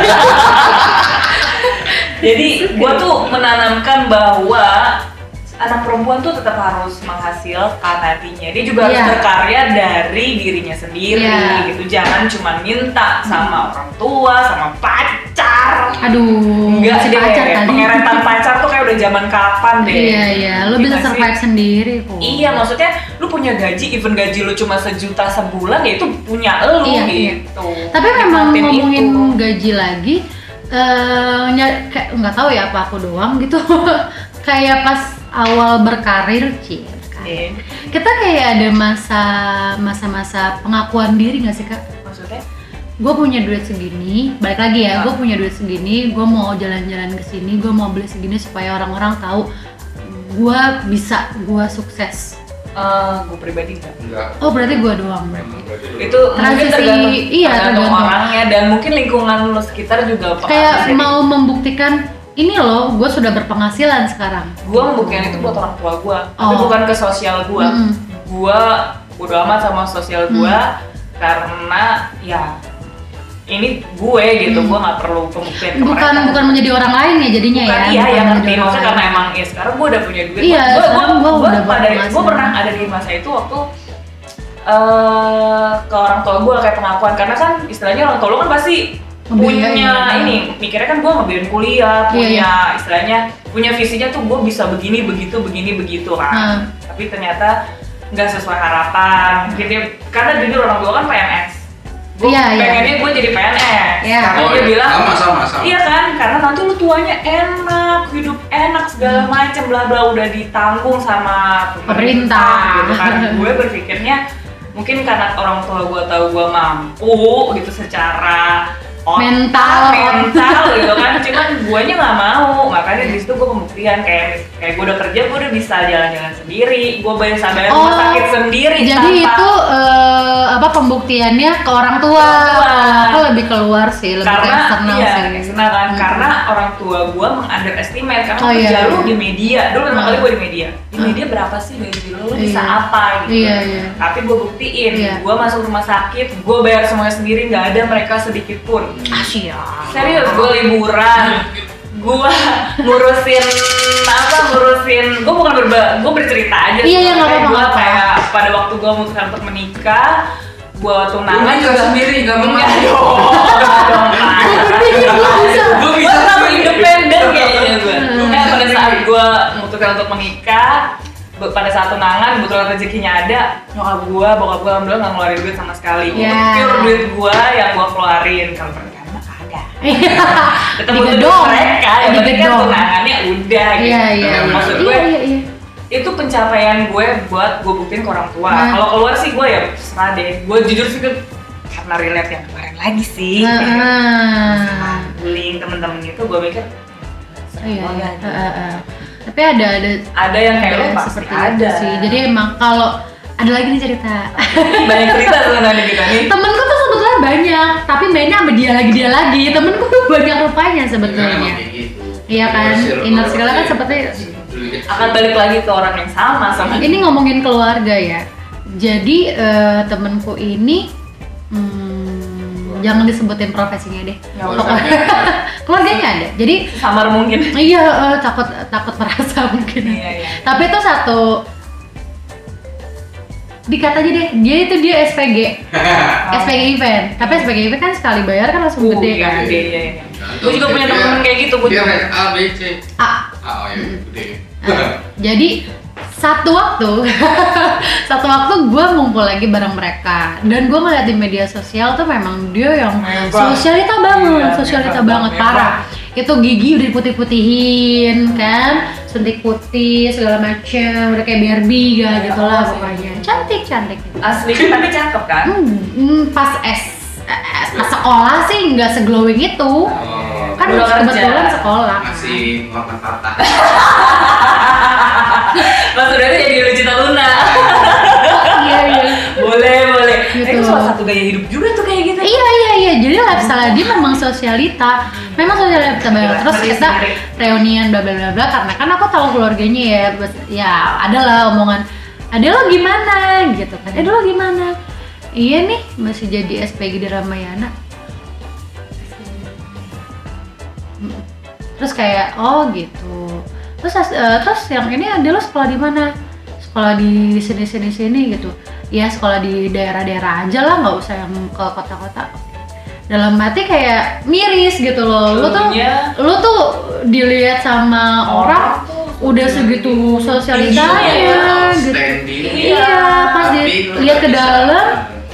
Jadi gue tuh menanamkan bahwa anak perempuan tuh tetap harus menghasilkan nantinya. Dia juga harus berkarya dari dirinya sendiri gitu. Jangan cuma minta sama orang tua, sama pacar. Aduh, enggak si deh, pacar tadi. pengeretan pacar tuh kayak udah zaman kapan deh. Iya, lo bisa survive sendiri kok. Iya, maksudnya lu punya gaji, even gaji lu cuma 1 juta sebulan ya itu punya lu gitu. Tapi memang ngomongin gaji lagi, kayak nggak tahu ya apa aku doang gitu. Kayak pas awal berkarir, kita kayak ada masa-masa pengakuan diri nggak sih Kak? Maksudnya? Gue punya duit segini, balik lagi ya, gue punya duit segini, gue mau jalan-jalan ke sini, gue mau beli segini supaya orang-orang tahu gue bisa, gue sukses. Gue pribadi enggak. Oh berarti gue doang. Itu mungkin tergantung orangnya dan mungkin lingkungan lo sekitar juga kayak mau membuktikan ini loh, gue sudah berpenghasilan sekarang. Gue membuktikan itu buat orang tua gue, tapi bukan ke sosial gue. Gue bodo amat sama sosial gue karena ya ini gue gitu, gue nggak perlu pembuktian ke mereka. Bukan menjadi orang lain ya jadinya ya. Iya, yang ngerti maksudnya karena emang ya sekarang gue udah punya duit. Iya, gue pernah ada di masa itu waktu ke orang tua gue kayak pengakuan, karena kan istilahnya orang tua lo kan pasti punya ini, mikirnya kan gue ngebiayain kuliah, punya istilahnya punya visinya tuh gue bisa begini begitu kan. Tapi ternyata nggak sesuai harapan. Mungkin karena jujur orang tua kan PNS. Gue pengennya gue jadi PNS. Karena dia bilang sama. Iya kan, karena nanti lu tuanya enak, hidup enak segala macam bla bla udah ditanggung sama pemerintah gitu kan. Gue berpikirnya mungkin karena orang tua gue tahu gue mampu gitu secara mental gitu kan, cuman guanya nggak mau, makanya di situ gue pembuktian kayak gue udah kerja, gue udah bisa jalan-jalan sendiri, gue bayar rumah sakit sendiri. Jadi itu pembuktiannya ke orang tua. Aku lebih keluar sih, lebih karena eksternal sih. Eksternal kan, karena orang tua gue mengunderestimate karena kerja lu di media, dulu pertama kali gue di media berapa sih gaji lu bisa apa gitu. Tapi gue buktiin, gue masuk rumah sakit, gue bayar semuanya sendiri, nggak ada mereka sedikit pun. Serius, gue liburan, gue ngurusin, gue bukan gue bercerita aja. Gue kayak pada waktu gue memutuskan untuk menikah, gue tunangan juga sendiri, nggak mau gue bisa sama independen kayaknya gue. Pada saat gue memutuskan untuk menikah, pada saat tunangan kebetulan rezekinya ada, bokap gue alhamdulillah nggak ngeluarin duit sama sekali. Pure duit gue yang gue keluarin. Kalau pernikahan mah kagak. Tetap butuh duit mereka, yang penting kan tunangannya udah gitu. Maksud gue itu pencapaian gue buat gue buktiin ke orang tua. Kalau keluar sih gue ya terserah deh. Gue jujur sih karena relate yang kemarin lagi sih. Bullying temen-temen gitu, gue mikir tapi ada yang kayak lo pasti ada sih. Jadi emang kalau ada lagi nih cerita. Banyak cerita sebenarnya kita nih. Temenku tuh sebetulnya banyak, tapi mainnya sama dia lagi. Temenku tuh banyak rupanya sebetulnya. Iya kan, inner circle kan seperti akan balik lagi ke orang yang sama. Ini ngomongin keluarga ya. Jadi temenku ini jangan disebutin profesinya deh. Keluarganya ada. Jadi samar mungkin. Iya, takut merasa mungkin. Iya. Tapi itu satu dikat aja deh, dia SPG. SPG event. Tapi SPG event kan sekali bayar kan langsung gede kan. Iya. Gue juga punya temen kayak gitu. Dia A, B, C. A. Oh ya, gede. Jadi satu waktu gue ngumpul lagi bareng mereka dan gue ngeliat di media sosial tuh memang dia yang sosialita banget, parah. Itu gigi udah diputih-putihin kan, suntik putih segala macem, udah kayak Barbie gitu lah pokoknya. Cantik asli tapi cakep kan. Pas sekolah sih nggak seglowing itu. Kan kebetulan sekolah masih warna patah. Maksudnya itu jadi Lucita Luna. Iya. Boleh. Gitu. Itu salah satu gaya hidup juga tuh kayak gitu. Iya. Jadi lifestyle dia memang sosialita. Memang sosialita banget. Terus kita reunian bla bla bla karena kan aku tahu keluarganya ya. Ya adalah omongan, "Ade lo gimana?" gitu kan. "Ade lo gimana?" "Iya nih, masih jadi SPG di Ramayana." Terus kayak, "Oh gitu." Terus yang ini ada lo sekolah di mana? Sekolah di sini gitu. Ya sekolah di daerah-daerah aja lah, nggak usah yang ke kota-kota. Dalam hati kayak miris gitu loh. Lo tuh dilihat sama orang udah segitu sosialitanya gitu. Iya, pas dilihat ke dalam.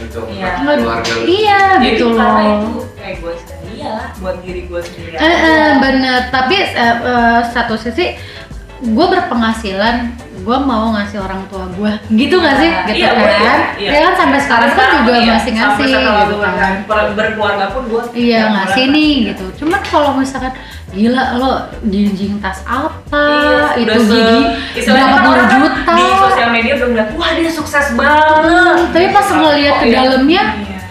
Iya gitu loh. Kayak gue sendiri lah, buat diri gue sendiri. Bener. Tapi satu sisi gue berpenghasilan, gue mau ngasih orang tua gue, gitu nggak sih? Gitu kan? Ya kan sampai sekarang pun juga masih ngasih gitu kan. Berkeluarga pun gue ngasih nih gitu. Cuman kalau misalkan gila lo jinjing tas apa, itu gigi berapa puluh juta. Di sosial media udah ngeliat, wah dia sukses banget. Tapi pas ngeliat ke dalamnya,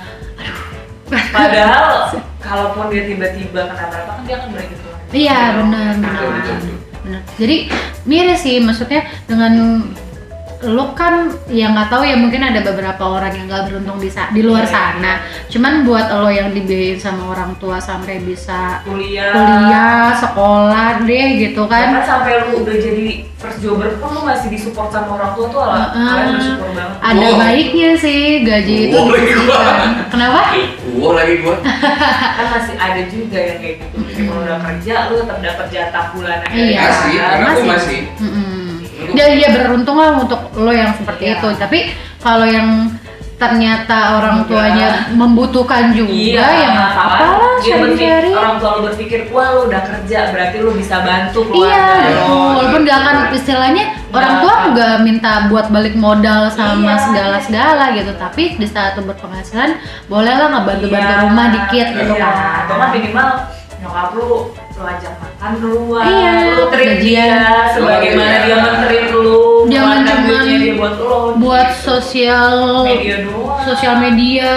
padahal kalaupun dia tiba-tiba kenapa-napa kan dia akan balik ke keluarga. Iya benar. Jadi miris sih, maksudnya dengan lo kan ya nggak tahu ya, mungkin ada beberapa orang yang nggak beruntung di luar sana. Cuman buat lo yang dibiayain sama orang tua sampai bisa kuliah, sekolah deh gitu kan. Karena sampai lo udah jadi first jobber pun lo masih disupport sama orang tua tuh kalian bersyukur banget. Ada baiknya sih gaji itu dikasihkan. Kenapa? Lagi gua. Kan masih ada juga yang kayak gitu. Kalau udah kerja lo tetap dapat jatah bulanan. Iya. Masih. Dia beruntung lah untuk lo yang seperti itu. Tapi kalau yang ternyata orang tuanya membutuhkan juga, ya nggak apa-apa lah, cari-cari. Orang tua lo berpikir, wah lo udah kerja, berarti lo bisa bantu keluarga. Iya, walaupun nggak akan istilahnya orang tua nggak minta buat balik modal sama segala-segala gitu. Tapi di saat lo berpenghasilan, boleh lah ngebantu-bantu rumah dikit gitu kan. Atau kan minimal nyokap lo lu ajak makan keluar, Iya, lu treat dia sebagaimana iya. dia men-treat lu, Jangan mengeluarkan cuman duitnya dia buat lo, buat sosial media,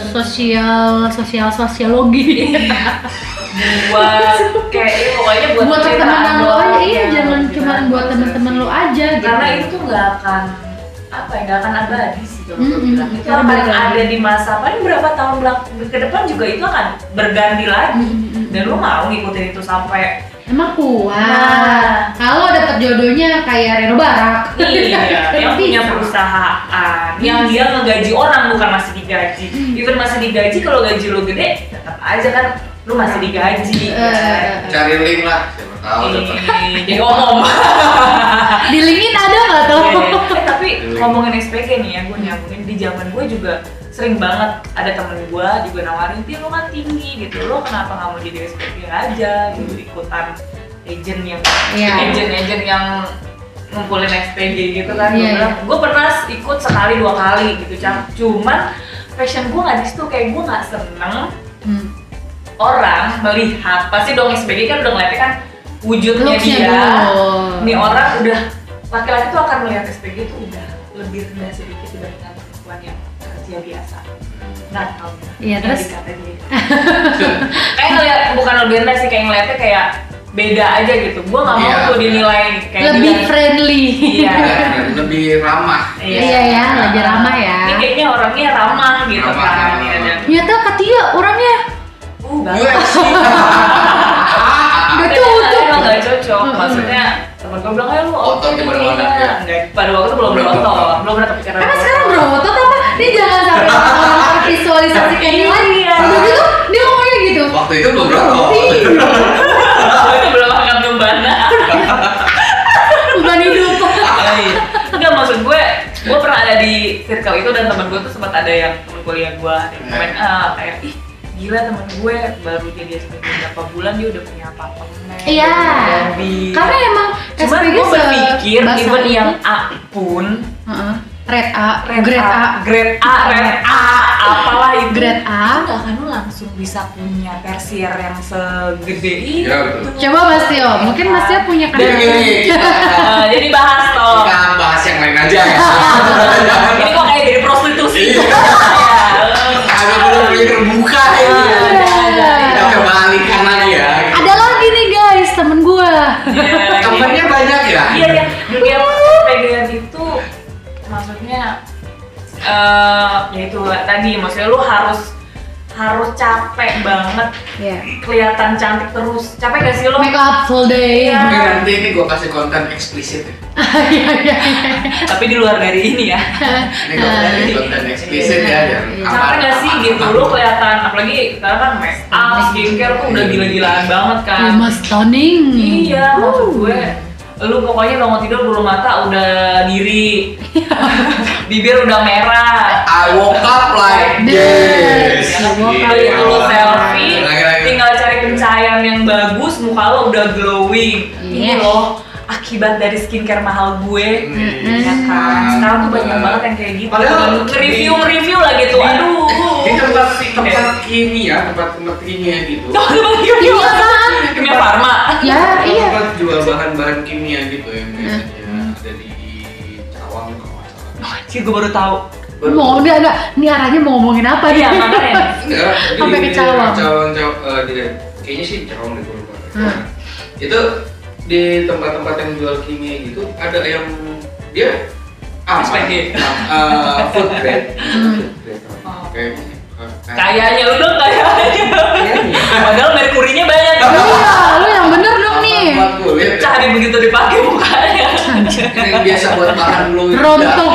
sosiologi. buat kayak pokoknya buat teman-teman lo aja, iya, ya, jangan buat cuma cerita. buat teman-teman lo aja gitu. Karena itu tuh nggak akan nggak akan abadi sih kalau gue Mm-mm. bilang. Itu Karena akan balik lagi. ada di masa paling berapa tahun ke depan juga itu akan berganti lagi. Mm-mm. Dan lu mau ngikutin itu sampai Emang kuat. Nah. Kalau dapet jodohnya kayak Reno Barak. iya, yang punya Bisa. perusahaan, yang dia ngegaji orang bukan masih digaji. Even masih digaji, kalau gaji lu gede, tetap aja kan lu masih digaji. Kan? Cari link lah, siapa tahu dapat. Jadi ngomong. Di LinkedIn ada nggak tuh? Tapi ngomongin SPG nih ya, gue nyambungin di zaman gue juga sering banget ada temen gue juga nawarin, "Pi, lo kan tinggi gitu, lo kenapa nggak mau jadi SPG aja gitu, ikutan agent yang agent yang ngumpulin SPG gitu kan." Gue bilang, gue pernah ikut sekali 2 kali gitu, cuman passion gue nggak di situ, kayak gue nggak seneng orang melihat, pasti dong SPG kan udah ngeliatnya kan wujudnya Looks-nya dia, dulu. nih orang udah, laki-laki tuh akan melihat SPG itu udah lebih rendah sedikit dibandingkan perempuan yang kerja biasa. Nggak tahu. Iya, terus? Dikata dia. Kayak ngeliat, bukan lebih rendah sih, kayak ngeliatnya kayak beda aja gitu. Gue nggak mau Iya. tuh dinilai kayak Lebih dia. friendly. Iya. Lebih ramah. Iya ya, lebih ramah ya. Ini kayaknya orangnya ramah gitu Ramah, kan. ramah. Iya, dan Ternyata Katia orangnya gak udah cocok. emang gak cocok. Maksudnya temen gue bilang, lu Otot di mana-mana, ya? Enggak, pada waktu itu belum berotot, belum pernah kepikiran Karena berotot. sekarang berotot apa? Dia jangan sampai orang tervisualisasi kayak gini lagi. Iya. Udah gitu dia ngomongnya gitu. Waktu itu belum berotot. Itu belum angkat beban. Beban hidup. Enggak, maksud gue pernah ada di circle itu dan temen gue tuh sempat ada yang temen kuliah gue yang komen kayak, ih gila temen gue baru jadi SPG berapa bulan dia udah punya apartemen. Iya. mobil. Karena emang Cuman SPG gue berpikir sebahasa even itu. yang A pun Red A, Red Grade A. Grade A, Red A, apalah itu. Grade A. Itu nggak akan lu langsung bisa punya tersier yang segede itu. Iya, betul. Coba Mas Tio, mungkin Mas Tio punya Jadi gini, Jadi bahas toh. kita bahas yang lain aja ya. Ini kok kayak jadi prostitusi. Iya. Agak belum terbuka ini. Kita kembali kanan ya. Ada lagi nih guys, temen gua. Temennya banyak ya. Iya ya, dunia pegangan itu maksudnya ya itu tadi, maksudnya lu harus capek banget Iya. kelihatan cantik terus. Capek gak sih lo? Make up full day. Iya. Oke, nanti ini gue kasih konten eksplisit ya. Iya iya. Tapi di luar dari ini ya. Ini gue kasih konten eksplisit ya. Yang Capek gak sih gitu, lu kelihatan, apalagi sekarang kan make up, skincare tuh udah gila-gilaan banget kan. Mas stunning. Iya, maksud gue lu pokoknya bangun tidur bulu mata udah diri, bibir udah merah. I woke up like this. I woke up Begitu lu like selfie, Lagi-lagi. tinggal cari pencahayaan yang bagus, muka lo udah glowing. Ini Yes. loh akibat dari skincare mahal gue. Ya kan, sekarang tuh banyak banget yang kayak gitu. Padahal Review lah gitu. Aduh. Di tempat kimia gitu. Kimia apaan? Kimia Farma. Ya, iya. Tempat jual bahan-bahan kimia gitu yang biasanya ada di Cawang kalau nggak salah. Sih gue baru tahu. Mau enggak, ini arahnya mau ngomongin apa Iya, nih? makanya. Enggak, Sampai ke Cawang. Kayaknya sih Cawang deh gue lupa. Itu di tempat-tempat yang jual kimia gitu ada yang dia SPG. food grade. Oke. Kayaknya lu dong kayaknya. Padahal merkurinya banyak. Iya, lu yang bener dong nih. Buat kulit. Cari begitu dipakai mukanya. Yang biasa buat bahan glowing. Rontok.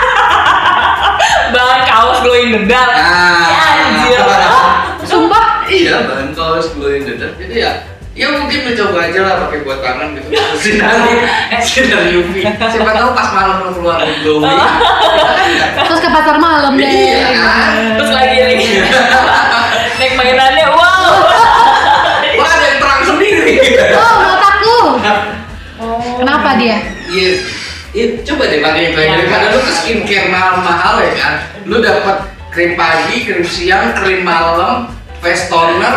Bahan kaos glowing the dark. Ya, anjir. Sumpah. Iya, bahan kaos glowing the dark. Jadi ya mungkin lu coba aja lah pakai buat tangan gitu. Sinar UV. Siapa tahu pas malam lu keluar glowing. Terus ke pasar malam deh. Iya kan? Terus lagi nih. Naik mainannya, wow. Wah, ada yang terang sendiri. Oh, mataku. Kenapa dia? Iya. Coba deh bandingin daripada lu ke skincare mahal ya kan. Lu dapat krim pagi, krim siang, krim malam, face toner,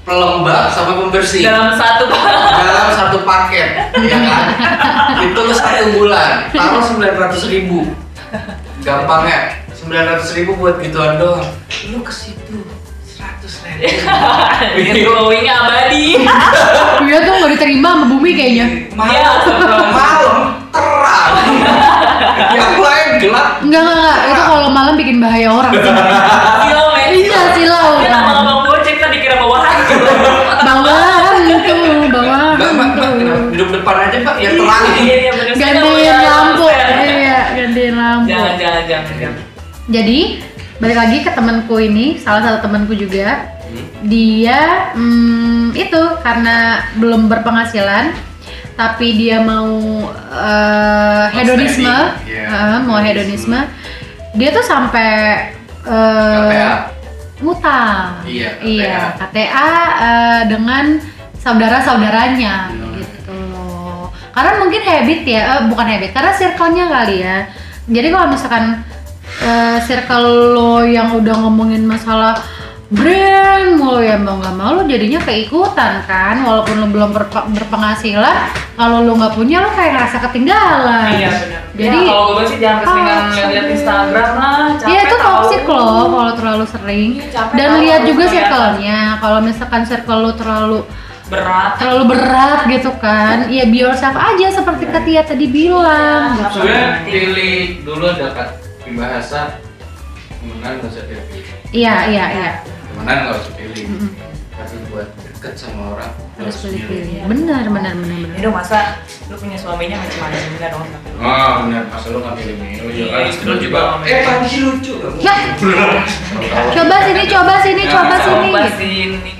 pelembab sama pembersih dalam satu paket, ya kan? Itu lu 1 bulan, taruh 900.000. Gampangnya 900.000 buat gituan doang. Lu ke situ 100.000. bikin glowingnya abadi. Dia tuh nggak diterima sama bumi kayaknya. Malam terang. Yang lain gelap. Enggak. Itu kalau malam bikin bahaya orang sih. Silau men. Iya, silau. Dia nama-nama gojek tadi kira bawahan. Bawahan tuh. Mbak, hidup depan aja Mbak, ya terang ini. Iya bener. Gantiin lampu. Iya, gantiin lampu. Jangan. Jadi balik lagi ke temanku ini, salah satu temanku juga. Dia itu karena belum berpenghasilan, tapi dia mau hedonisme, mau hedonisme. Dia tuh sampai KTA. ngutang. Iya, KTA dengan saudara-saudaranya gitu loh. Karena mungkin habit ya, bukan habit, karena circle-nya kali ya. Jadi kalau misalkan circle lo yang udah ngomongin masalah brand mulu ya, mau nggak mau lo jadinya keikutan kan, walaupun lo belum berpenghasilan. Kalau lo nggak punya, lo kayak ngerasa ketinggalan. Iya benar. Jadi ya, kalau gue sih jangan keseringan lihat Instagram lah. Iya itu toxic loh kalau terlalu sering. Dan lihat juga circle-nya. Kalau misalkan circle lo terlalu berat gitu kan, ya be yourself aja seperti Katia tadi bilang. Sebenarnya pilih dulu ada bahasa temenan nggak usah pilih. Iya. Temenan nggak usah pilih. Tapi buat deket sama orang Harus pilih. Benar. Ini dong masa lu punya suaminya macam-macam enggak dong? Oh benar, masa lu nggak pilih nih? Lu juga Istri lu juga. juga. Panji lucu. Ya. Coba sini. Coba sini.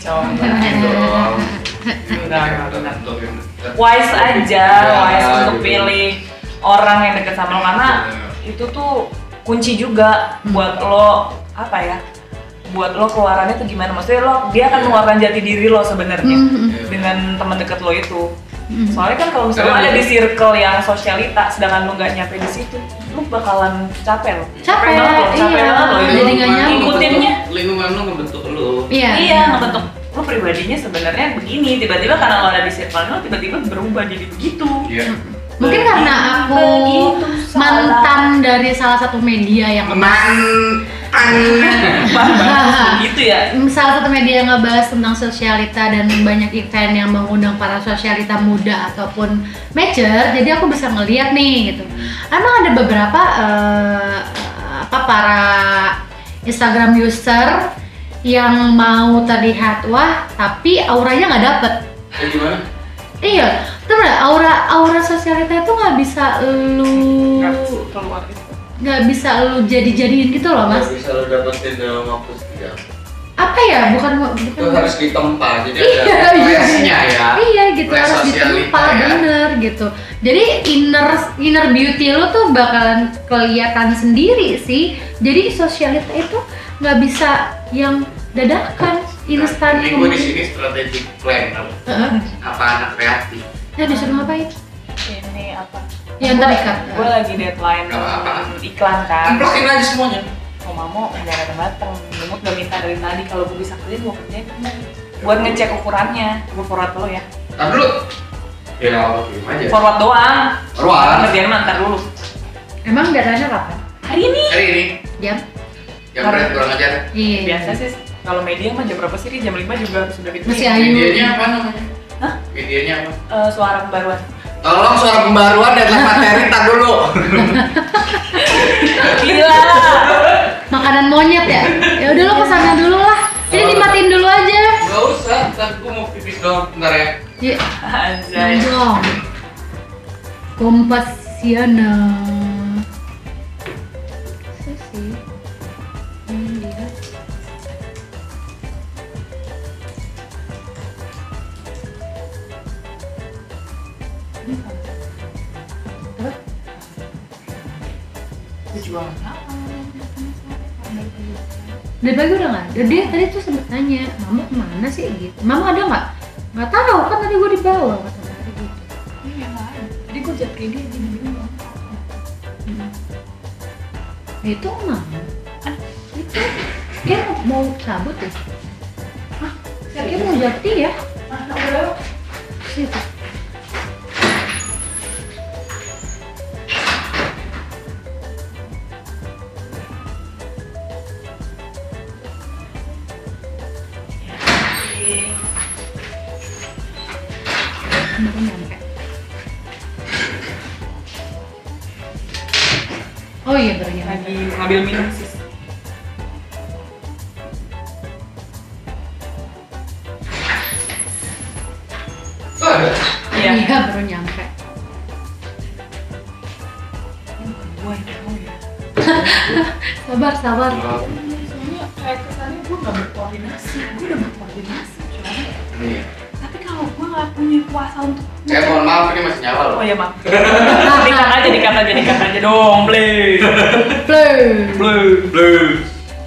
Benar. Wise aja, wise untuk pilih orang yang deket sama lo, karena itu tuh kunci juga buat lo buat lo keluarannya tuh gimana, maksudnya dia akan mengeluarkan jati diri lo sebenarnya dengan teman deket lo itu. Soalnya kan kalau misalnya ada di circle yang sosialita sedangkan lo nggak nyampe di situ, lo bakalan capek banget lo jadi nggak nyambung ngikutinnya. Lingkungan lo ngebentuk lo. Iya ngebentuk lo pribadinya sebenarnya begini, tiba-tiba karena lo ada di circle lo tiba-tiba berubah jadi begitu. Mungkin karena aku mantan dari salah satu media yang gitu ya. Salah satu media yang ngebahas tentang sosialita dan banyak event yang mengundang para sosialita muda ataupun mature, jadi aku bisa ngeliat nih gitu. Emang ada beberapa para Instagram user yang mau terlihat wah, tapi auranya nggak dapet. Gimana? Iya, terus aura sosialita itu nggak bisa lu jadi-jadiin gitu loh mas. Nggak bisa lu dapetin dalam waktu sejam. Apa ya? Bukan itu harus ditempa, jadi iya, ada lesnya ya. Iya gitu, Les harus ditempa ya. Bener gitu. Jadi inner beauty lu tuh bakalan kelihatan sendiri sih. Jadi sosialita itu nggak bisa yang dadakan instan. Ini gue di sini strategic planner. Apa anak kreatif? Ya disuruh ngapain? Ini apa? Yang terikat. Gue lagi deadline iklan kan. Templokin aja semuanya. Oh mamo udah datang-datang. Lumut udah minta dari tadi kalau gue bisa kerjain gue kerjain. Buat ngecek ukurannya, gue forward dulu ya. Ntar dulu. Ya apa kirim aja. Forward doang. Forward. Kerjaan mantar dulu. Emang deadline-nya kapan? Hari ini. Jam? Jam berapa kurang ajar? Iya. Biasa sih. Kalau media mah jam berapa sih? Jam 5 juga sudah gitu. Masih ayu. Medianya apa namanya? Hah? Medianya apa? Suara pembaruan. Tolong suara pembaruan dan materi tak dulu. Gila. Makanan monyet ya? Ya udah lo kesana dulu lah. Ini dimatiin dulu aja. Gak usah, ntar gue mau pipis doang, bentar ya. Iya. Anjay. Dong. Kompasiana. Sisi. Lihat. Jualan Dari pagi udah nggak ada. Dia tadi tuh sempet nanya, Mama kemana sih gitu. Mama ada nggak? Nggak tahu kan tadi gue di bawah kata dari gitu. Iya nggak ada. Tadi gue chat ke dia bilang. Itu Mama. Itu dia mau cabut ya? Hah? Kayaknya mau jadi ya. Situ. Baru nyampe. Oh iya baru nyampe. Lagi ngambil minum sis. Iya. Iya baru nyampe. Gue yang mau ya. Sabar sabar. Soalnya kayak kesannya gue nggak berkoordinasi. Gue udah berkoordinasi cuman. Iya. Tapi kalau gue nggak punya kuasa untuk. Mohon maaf ini masih nyala loh. Oh ya maaf. dikat aja dong, play. Play. Blue.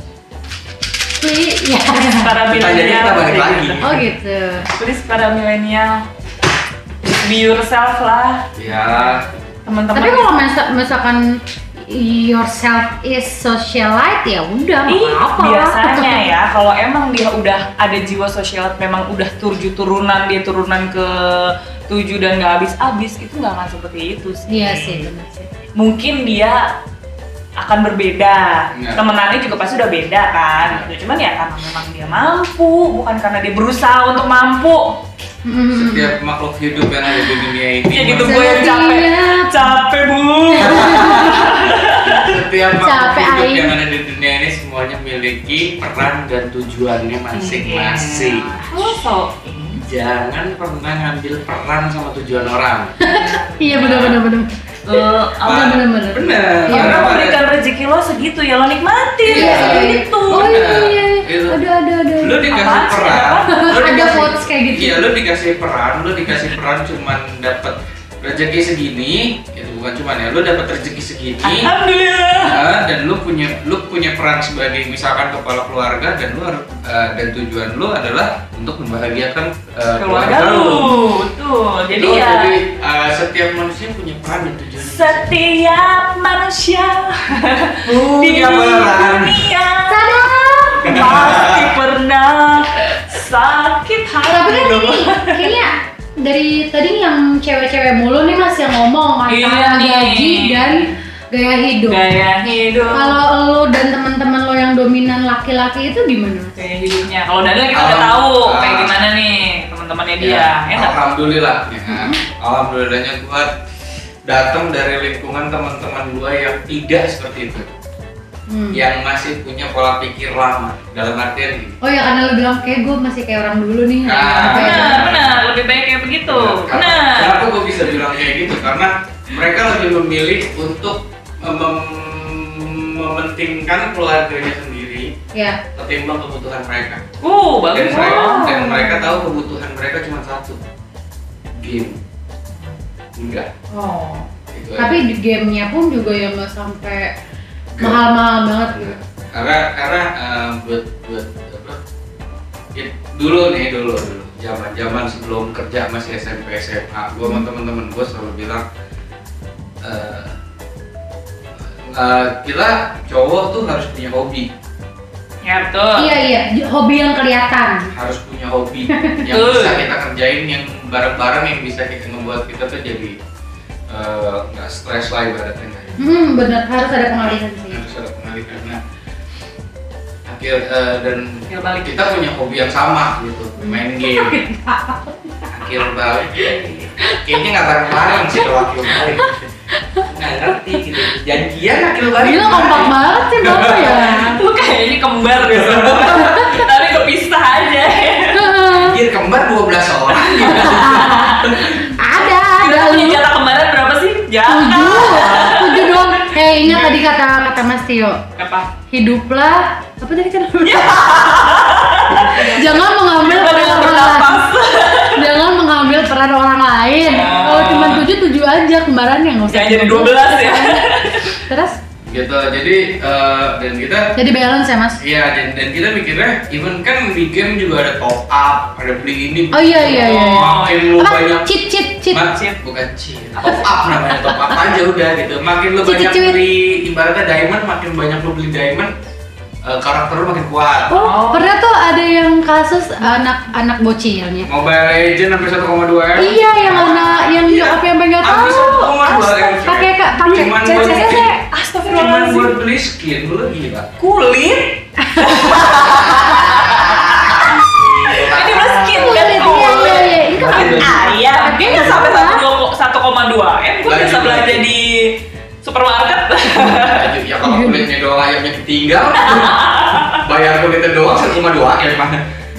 Play. Ya. Para milenial. Kita balik lagi. Oh gitu. Please para milenial, be yourself lah, Ya. teman-teman. Tapi kalau misalkan yourself is socialite ya udah nggak apa-apa. Biasanya ya kalau emang dia udah ada jiwa sosial, memang udah turunan ke 7 dan nggak habis-habis, itu nggak akan seperti itu sih. Iya sih benar sih. Mungkin dia akan berbeda, Ya. temenannya juga pasti udah beda kan. Cuman ya karena memang dia mampu, bukan karena dia berusaha untuk mampu. Setiap makhluk hidup yang ada di dunia ini. Ya gitu gue yang capek bu. Setiap makhluk Capek hidup aing. yang ada di dunia ini semuanya memiliki peran dan tujuannya masing-masing. Halo so. Jangan pernah ngambil peran sama tujuan orang. Iya benar. Benar. Benar. Iya, Karena Karena memberikan rezeki lo segitu ya lo nikmatin. Iya. Gitu. Oh iya. Itu. Ada. Lu dikasih Apaan sih, peran. apa? lu Ada dikasih- quotes kayak gitu. Iya, lu dikasih peran cuman dapat rezeki segini, itu bukan cuman ya, lu dapat rezeki segini. Alhamdulillah. Dan lu punya peran sebagai misalkan kepala keluarga dan lu harus dan tujuan lu adalah untuk membahagiakan Keluarga lu. Betul. Jadi ya setiap manusia punya peran dan tujuan. setiap manusia di Punya peran. dunia Tada! pasti pernah sakit hati. Tapi kan ini kayaknya dari tadi yang cewek-cewek mulu nih mas yang ngomong Iya antara nih. gaji dan gaya hidup. Gaya hidup. Kalau lo dan teman-teman lo yang dominan laki-laki itu gimana? Gaya hidupnya. Kalau Daniel kita udah tahu kayak gimana nih teman-temannya dia. Ya, Enak. alhamdulillah ya. Alhamdulillahnya gua datang dari lingkungan teman-teman gua yang tidak seperti itu. Yang masih punya pola pikir lama dalam artian ini. Oh ya karena lo bilang kayak gue masih kayak orang dulu nih. Benar. Lebih baik kayak begitu. Benar. Kenapa gue bisa bilang kayak gitu? Karena mereka lebih memilih untuk mementingkan keluarganya sendiri Ya. ketimbang kebutuhan mereka. Bagus. Dan mereka tahu kebutuhan mereka cuma satu, game. Enggak. Oh. Gitu Tapi di gamenya pun juga yang nggak sampai mahal-mahal banget gitu. Karena buat apa? Ya, dulu zaman sebelum kerja masih SMP SMA, gue sama teman-teman gue selalu bilang kita cowok tuh harus punya hobi, Ya betul. Iya, hobi yang kelihatan. harus punya hobi yang bisa kita kerjain, yang bareng-bareng yang bisa kita membuat kita tuh jadi nggak stres lah ibaratnya. Benar harus ada pengalihan sih. Harus ada pengalihan. Nah, dan Akhir balik. kita punya hobi yang sama gitu, main game. Akhir balik. Kayaknya nggak bareng-bareng sih kalau akhir balik. Nggak ngerti gitu. Janjian akhir balik. Gila kompak banget sih bapak ya. Lu kayaknya kembar gitu. Tapi kepisah aja. Anjir kembar 12 orang gitu. Ada Kita punya lu. jatah kembaran berapa sih? Tujuh doang. Ingat tadi kata Mas Tio. Apa? Hiduplah. Apa tadi kan? Jangan mengambil Pada peran orang bernapas. lain. Jangan mengambil peran orang lain. Kalau cuma 7 aja kembarannya nggak usah. Jangan jadi 12 ya. Terus? Gitu. Jadi dan kita Jadi balance ya Mas. iya dan kita mikirnya even kan di game juga ada top up, ada beli ini. Oh iya. Makin lu Apa? banyak Cheat. bukan cheat. Top up namanya, top up aja udah gitu. Makin lu Cheat. banyak beli ibaratnya diamond, makin banyak lu beli diamond, karakter lu makin kuat. Oh, pernah tuh ada yang kasus anak bocilnya. Mobile Legend sampai 1,2 M. Iya, yang anak yang apa yang pengen tahu. Habis 1,2 M. Pakai Cuman buat CCC. cuman Astagfirullahaladzim. buat beli skin lu gila. Kulit? Ini skin kan Iya, kulit. iya. Ini kan Ayam. Dia nggak sampai 1,2 M. Gue bisa Baju. belanja di supermarket. Ya kalau kulitnya doang ayamnya ditinggal. Bayar kulitnya doang 1,2 M mana?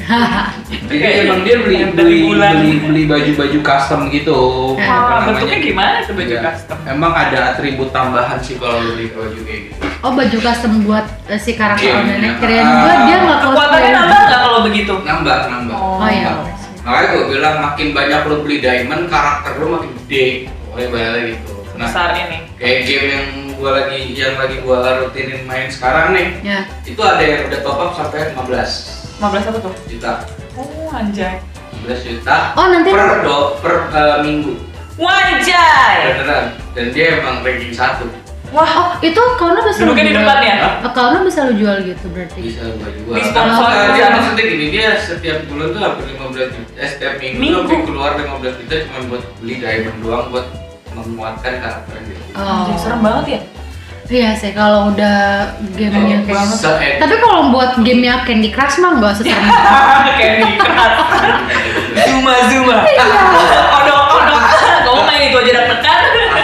Jadi emang dia beli baju-baju custom gitu. Wah, Apa bentuknya namanya? gimana tuh baju Iya. custom? Emang ada atribut tambahan sih kalau lu beli baju kayak gitu. Oh, baju custom buat si karakter Iya. online. Kirain gua dia nggak Kekuatannya cosplay. nambah nggak kalau begitu? Nambah. Oh ya. Makanya gue bilang makin banyak lu beli diamond, karakter lu makin gede. Pokoknya bayarnya gitu. Nah, Besar ini. kayak game yang lagi gua rutinin main sekarang nih, Ya. itu ada yang udah top up sampai 15 15 apa tuh? juta. Oh, anjay. 15 juta Oh, nanti per minggu. Wajay. Beneran. Dan dia emang ranking 1. Wah, Oh, itu kamu bisa lu duduknya di jual. depan ya? Kamu bisa lu jual gitu berarti. Bisa gua jual. Di sponsor Karena dia juga. maksudnya gini, dia setiap bulan tuh hampir 15 juta. Setiap minggu Minggu. tuh keluar 15 juta cuma buat beli diamond doang buat menguatkan karakter gitu. Oh. Anjay, serem banget ya. Iya sih kalau udah gamenya kayak gitu. Se-edit. Tapi kalau buat gamenya Candy Crush mah nggak seserem itu. Kayak dikeras. Zuma. Odok. Kamu main itu aja udah tekan.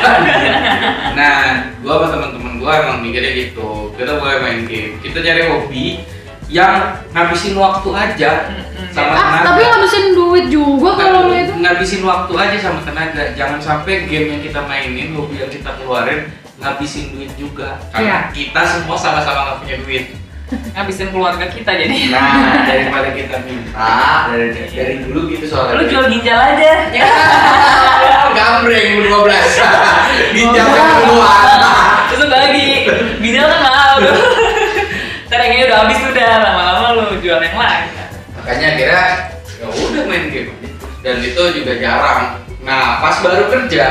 Nah, gua sama teman-teman gua emang mikirnya gitu. Kita boleh main game. Kita cari hobi yang ngabisin waktu aja sama tenaga. Tapi ngabisin duit juga kalau lu itu. Ngabisin waktu aja sama tenaga. Jangan sampai game yang kita mainin, hobi yang kita keluarin ngabisin duit juga. Karena kita semua sama-sama nggak punya duit. Ngabisin keluarga kita jadi. Nah, daripada kita minta dari dulu gitu soalnya. Lu jual ginjal aja. Ya, gambreng 12. Ginjalnya keluar. Terus lu bagi. Ginjal kan mahal tuh. Ntar yang ini udah habis udah, lama-lama lu jual yang lain. Makanya akhirnya ya udah main game dan itu juga jarang. Nah, pas baru kerja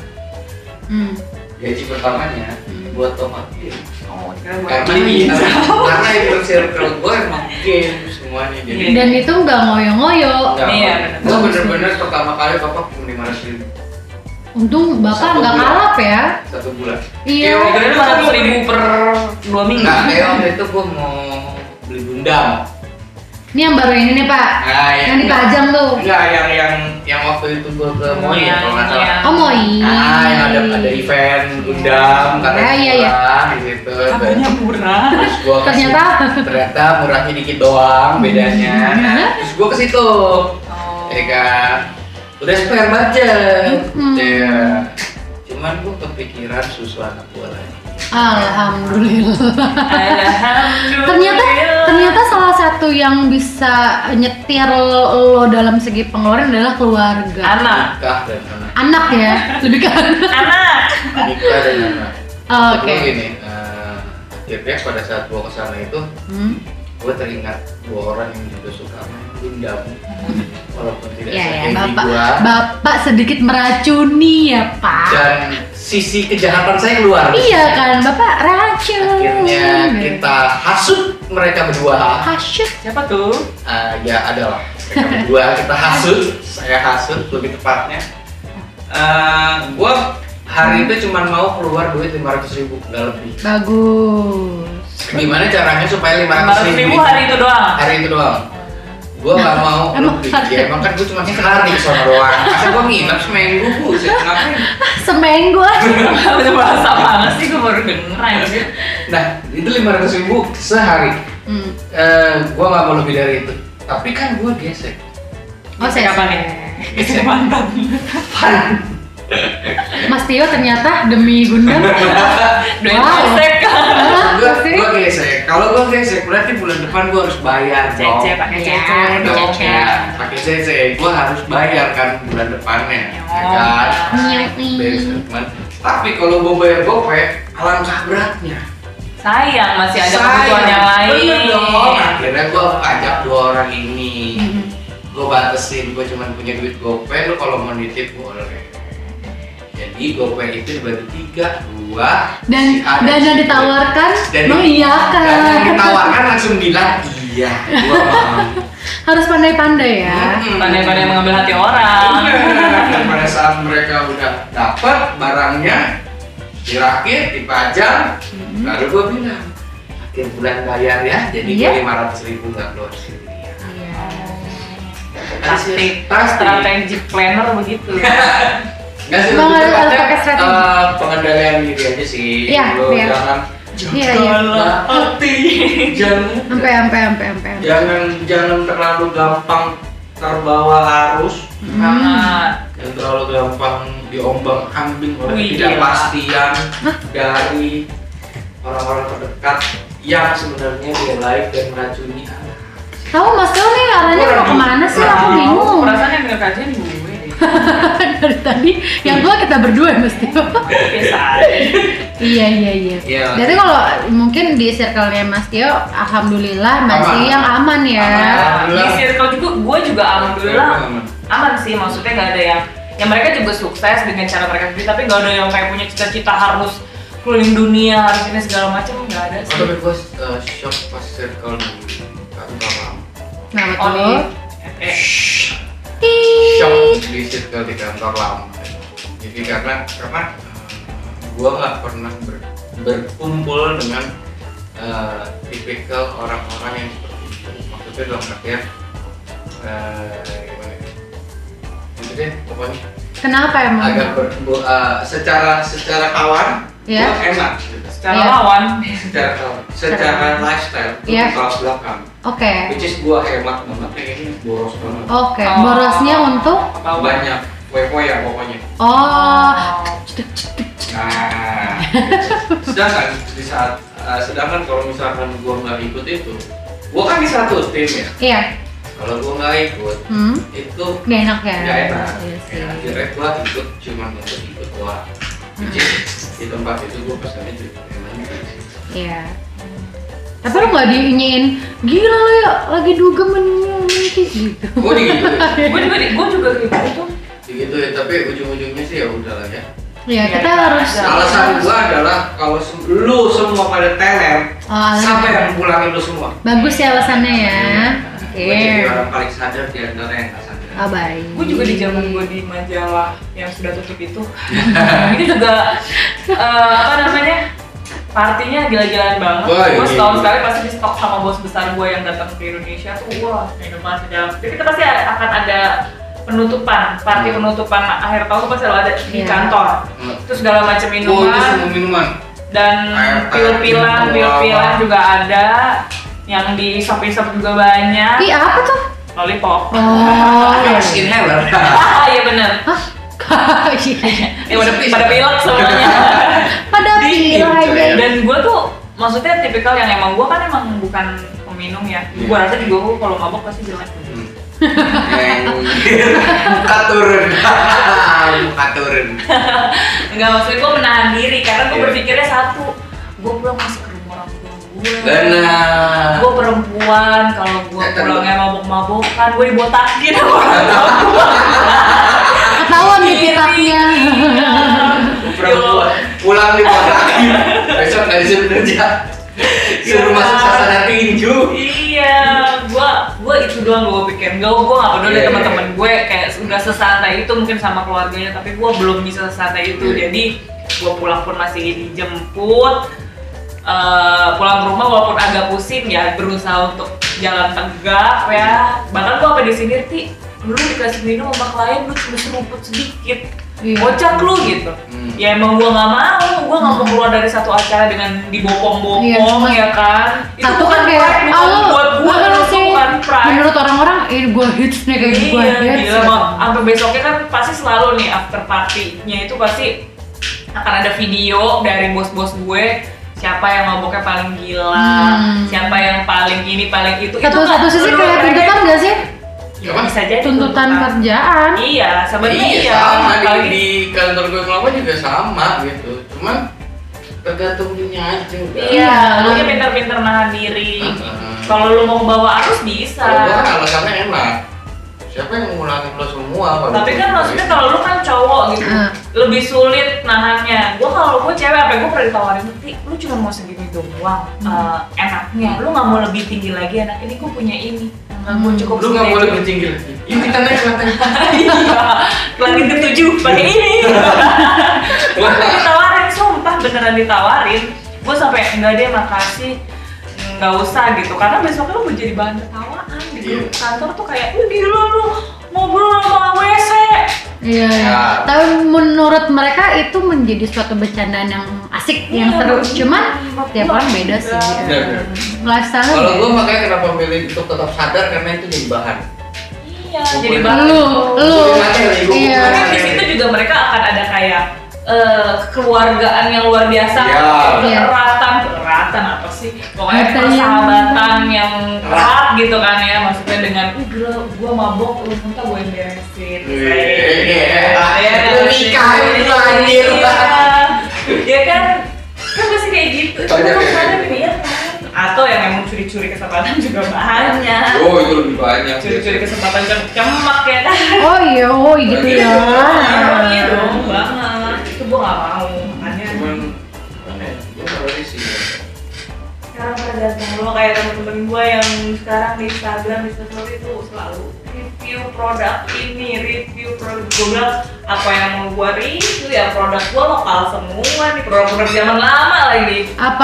gaji pertamanya buat top up game. Oh, kira buat Karena beli ginjal. karena inner circle gue emang game semuanya jadi. Dan itu nggak ngoyo-ngoyo. Enggak, Iya, gue bener-bener pertama kali papa 500.000 Untung bapak Satu nggak bulan. kalap ya. 1 bulan. Iya. Kira 500.000 per 2 minggu. Nah, kayak waktu itu gue mau beli Gundam. Ini yang baru ini nih Pak. Nah, Yang dipajang tuh. Enggak, yang waktu itu gue ke Moi Iya, kalau nggak salah. iya. Oh Moi. Yang ada event Gundam katanya Iya, iya. murah di situ. Katanya murah. Terus gua ke situ, ternyata murahnya dikit doang bedanya. Nah, terus gua ke situ. Oh. Ya kan. Udah spare budget. Hmm. Ya. Cuman gua kepikiran susu anak gua lagi. Alhamdulillah. Alhamdulillah. Ternyata salah satu yang bisa nyetir lo dalam segi pengeluaran adalah keluarga. Anak. Nikah dan anak. Anak ya, lebih ke anak. Anak. Nikah dan anak. Oh, Oke. oke. Gini, akhirnya pada saat gua kesana itu, gua teringat 2 orang yang juga suka main Gundam. Walaupun tidak Ya ya, seheavy bapak. gua. Bapak sedikit meracuni ya Pak. Dan sisi kejahatan saya keluar. Iya kan, bapak racun. Akhirnya kita hasut mereka berdua. Hasyuk. Siapa tuh? Ya adalah mereka berdua kita hasut. Saya hasut lebih tepatnya. Gua hari itu cuma mau keluar duit 500.000, nggak lebih. Bagus. Gimana caranya supaya 500.000 hari itu doang. Hari itu doang. Gua nggak mau Emang lebih. hari- Ya emang kan gua cuma sehari sono doang. Masa gua nginep seminggu buset ngapain? Seminggu aja. Udah bahasa mana sih, gue baru denger aja. Nah, itu 500.000 sehari. Gua nggak mau lebih dari itu. Tapi kan gua gesek. Oh, saya Siapa nih? Gesek mantan. Mas Tio ternyata demi Gundam. Duit Wow. gesek. Gua gesek. Kalau gua gesek berarti bulan depan gua harus bayar dong. Cece pakai Ya, cece dong. cece. Ya, pakai CC, gua harus bayar kan bulan depannya, ya kan? Dari statement. Tapi kalau gua bayar gopay, alangkah beratnya. Sayang masih ada kebutuhan yang lain. Bener dong. Akhirnya gua ajak 2 orang ini. Gua batasin, gua cuma punya duit gopay, lu kalau mau nitip boleh. Jadi Jadi GoPay itu dibagi 3, 2 Dan si A dana si B. ditawarkan Dan mengiyakan. dana ditawarkan langsung bilang iya, gua mau. Harus pandai-pandai ya. Pandai-pandai mengambil hati orang. Dan pada saat mereka udah dapat barangnya, dirakit, dipajang, baru gua bilang akhir bulan bayar ya, jadi Iya. gua 500.000 nggak keluar sendiri. Pasti strategi planner begitu. Nggak sih, Emang lebih harus tepatnya, pakai strategi. pengendalian diri aja sih. Iya, Lo iya. jangan Iya, iya. Hati. jangan jangan terlalu gampang terbawa arus, Banget. yang terlalu gampang diombang-ambing oleh Wih, ketidakpastian dari orang-orang terdekat yang sebenarnya dia like dan meracuni anak. Tahu Mas Teo nih arahnya mau kemana sih? Aku bingung. Perasaan yang denger kajian gue deh. Dari tadi yang tua kita berdua Mas Teo. Biasa aja. Iya. Iya. Jadi kalau mungkin di circle-nya Mas Teo, alhamdulillah masih Aman. yang aman ya. Aman. Di circle juga, gue juga alhamdulillah aman sih. Maksudnya nggak ada yang mereka juga sukses dengan cara mereka sendiri, tapi nggak ada yang kayak punya cita-cita harus keliling dunia, harus ini segala macam, nggak ada sih. Tapi gue shock pas circle di kantor lama. Nah Oh betul. Shock di circle di kantor lama. Jadi karena gue nggak pernah berkumpul dengan tipikal orang-orang yang seperti itu. Maksudnya dalam artian gimana? Ya? Gitu deh pokoknya. Kenapa emang? Agak secara kawan, Ya. gue enak. Gitu. Secara Iya. lawan. Secara lifestyle, Iya. gue kelas belakang. Oke. Which is gue hemat banget, ini boros banget. Oke. Oh. Borosnya untuk Apa Banyak poin ya pokoknya. oh Nah, sedangkan kalau misalkan gue nggak ikut itu, gue kan di satu tim ya. iya. Kalau gue nggak ikut, itu Nggak enak ya. nggak enak. Iya sih. Ya, akhirnya gue ikut cuma untuk ikut doang. Which is, di tempat itu gue pesannya juga enak. Iya. Tapi lo nggak diinyin, gila lo ya lagi dugem gitu. Gue digituin, gue juga kayak gitu. digituin. Tapi ujung-ujungnya sih ya udahlah ya. Iya, kita Iya, harus. Alasan gue adalah kalau lu semua pada teler, Oh, siapa yang pulangin lu semua? bagus ya alasannya ya. Oke. Gue jadi orang paling sadar di antara yang nggak sadar. Oh, baik. Gue juga di zaman gue di majalah yang sudah tutup itu juga apa namanya, partinya gila-gilaan banget. Wah, Gue iya. setahun sekali pasti di stok sama bos besar gue yang datang ke Indonesia tuh, wah minum majalah. Jadi kita pasti akan ada penutupan, party penutupan akhir tahun tuh pasti selalu ada di Iya. kantor. Terus segala macam Oh, itu minuman semua minuman. dan Air teh, pil-pilan minuman. juga ada. Yang di shop juga banyak. Ih, apa tuh? Lollipop. Oh. Fix inhaler. Iya benar. Ya pada pilek semuanya. Pada Dingin, pilek coy. aja. Dan gue tuh maksudnya tipikal yang emang gue kan emang bukan peminum ya. Iya. Gue rasa juga gue kalau mabok pasti jelek. Muka turun. Muka turun. Enggak, maksudnya gue menahan diri karena gue Iya. berpikirnya satu, gue pulang masih ke rumah orang tua gue. Benar. Gue perempuan, kalau gue Eh, pulangnya mabok-mabokan, gue dibotakin sama orang tua gue. Ketahuan nih pitaknya. Perempuan pulang di kotakin. Besok nggak disuruh kerja. Suruh masuk sasana tinju. Iya, gua itu doang gue pikir. Gua nggak peduli Iya, teman-teman gue kayak udah sesantai itu mungkin sama keluarganya, tapi gua belum bisa sesantai itu. Iya. Jadi gua pulang pun masih dijemput. Pulang ke rumah walaupun agak pusing ya, berusaha untuk jalan tegak ya. Bahkan gua apa di sini Ti, dulu dikasih minum sama klien lu cuma seruput sedikit. Iya. Kocak lu gitu. Ya emang gua nggak mau keluar dari satu acara dengan dibopong-bopong Iya, ya kan. Itu Satu bukan kan kayak, pride, bukan "Oh, buat gua, mana itu sih?" bukan pride. Menurut orang-orang, gue hits nih kayak gue Iya, hits. gila, sampai besoknya kan pasti selalu nih after party-nya itu pasti akan ada video dari bos-bos gue, siapa yang maboknya paling gila, siapa yang paling ini paling itu. Satu sisi kayak tuntutan gak sih? Ya, bisa jadi Tuntutan kerjaan. Iya, sebenarnya iya. Sama Apalagi- di kantor gue yang lama juga sama gitu. Cuman tergantung dinya aja. udah. Iya, lu nya pinter-pinter nahan diri. Kalau lu mau bawa arus bisa. Kalau gue kan alasannya enak. Siapa yang ngulangin lo semua? Tapi kan maksudnya kalau lu kan cowok gitu, lebih sulit nahannya. Kalau gue cewek apa gue pernah ditawarin, tapi lu cuma mau segini doang enaknya, lu nggak mau lebih tinggi lagi enak, ini gue punya ini gue cukup. Lu nggak mau lebih tinggi lagi, yuk kita naik ke lantai. Iya, langit ke-7 pakai ini. Gue ditawarin, sumpah beneran ditawarin. Gue sampai enggak deh makasih, nggak usah gitu, karena besoknya lu jadi bahan ketawaan di grup kantor tuh kayak, gila lu ngobrol sama WC. Iya, tapi menurut mereka itu menjadi suatu bercandaan yang asik, yang seru. Cuman tiap orang beda sih. Lifestyle. Kalau gue makanya kenapa milih untuk tetap sadar, karena itu jadi bahan. Iya, jadi bahan. Lu. Iya. Tapi di situ juga mereka akan ada kayak kekeluargaan yang luar biasa, eratan apa sih? Pokoknya persahabatan yang erat gitu kan ya, maksudnya dengan gila gua mabok, lu minta gua yang beresin. Nikah itu anjir. Ya kan masih kayak gitu. Atau yang emang curi-curi kesempatan juga banyak. Oh itu lebih banyak. Curi-curi kesempatan cemak ya kan? Oh iya gitu ya. Iya dong banget. Itu gue gak mau, makanya. Cuman gue gak risih. Sekarang tergantung lo, kayak temen-temen gue yang sekarang di Instagram, di story itu selalu review produk ini, review produk. Gue bilang apa yang mau gue review ya produk gue lokal semua nih, produk-produk zaman lama lagi.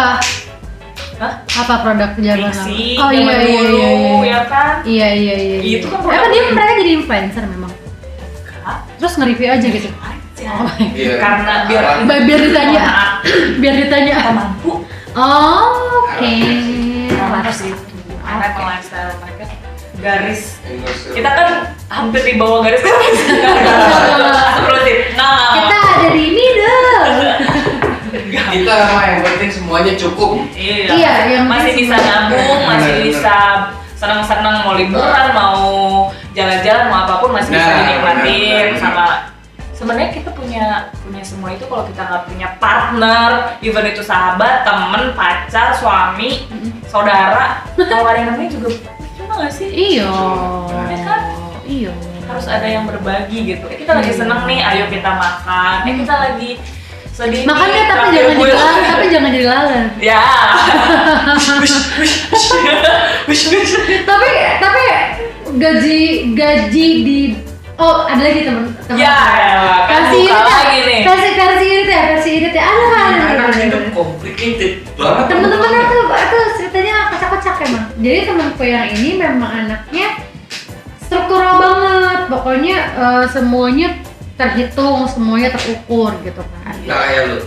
Apa produk zaman lama? Oh iya, ya kan? Iya. Itu kan produk. Dia mereka jadi influencer memang. Terus nge-review aja gitu. Iya. Karena biar ditanya. Apa mampu? Oke. Harus itu. Karena lifestyle mereka garis. Kita kan hampir di bawah garis kan. Kita ada di middle. Kita mah yang penting semuanya cukup. Iya, yang masih bisa nabung, masih bisa senang-senang, mau liburan, mau jalan-jalan, mau apapun masih bisa dinikmatin. Sama sebenarnya kita punya semua itu kalau kita nggak punya partner, even itu sahabat, temen, pacar, suami, saudara, kalau ada yang namanya juga cuma nggak sih? Iya. Kan? Iya. Harus ada yang berbagi gitu. Kita lagi seneng nih, ayo kita makan. Kita lagi sedih. Makan ya, tapi jangan jadi lalat. Ya. Tapi gaji di ada lagi teman. Ya, kasih lagi nih. Versi ini teh. Anak hidup complicated banget. Teman-teman aku ceritanya kocak-kocak emang. Jadi temanku yang ini memang anaknya struktural banget. Pokoknya semuanya terhitung, semuanya terukur gitu kan. Nggak kayak lu?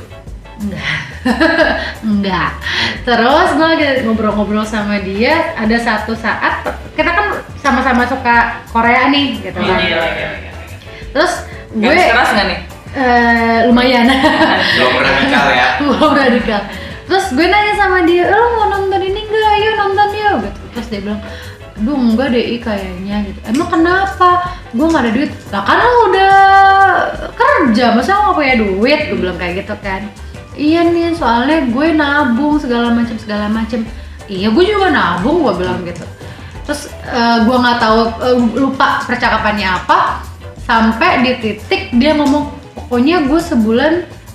Enggak. Terus gue lagi ngobrol-ngobrol sama dia, ada satu saat kita kan sama-sama suka Korea nih gitu kan. Iya. Terus gue keras nggak nih? Lumayan. Belum radikal ya? Belum radikal. Terus gue nanya sama dia, lo mau nonton ini nggak? Ayo nonton yuk gitu. Terus dia bilang, aduh enggak deh kayaknya gitu. Emang kenapa? Gue nggak ada duit. Lah kan lo udah kerja, masa lo nggak punya duit? Gue bilang kayak gitu kan. Iya nih, soalnya gue nabung segala macem. Iya, gue juga nabung, gue bilang gitu. Terus gue nggak tahu, lupa percakapannya apa. Sampai di titik dia ngomong, pokoknya gue sebulan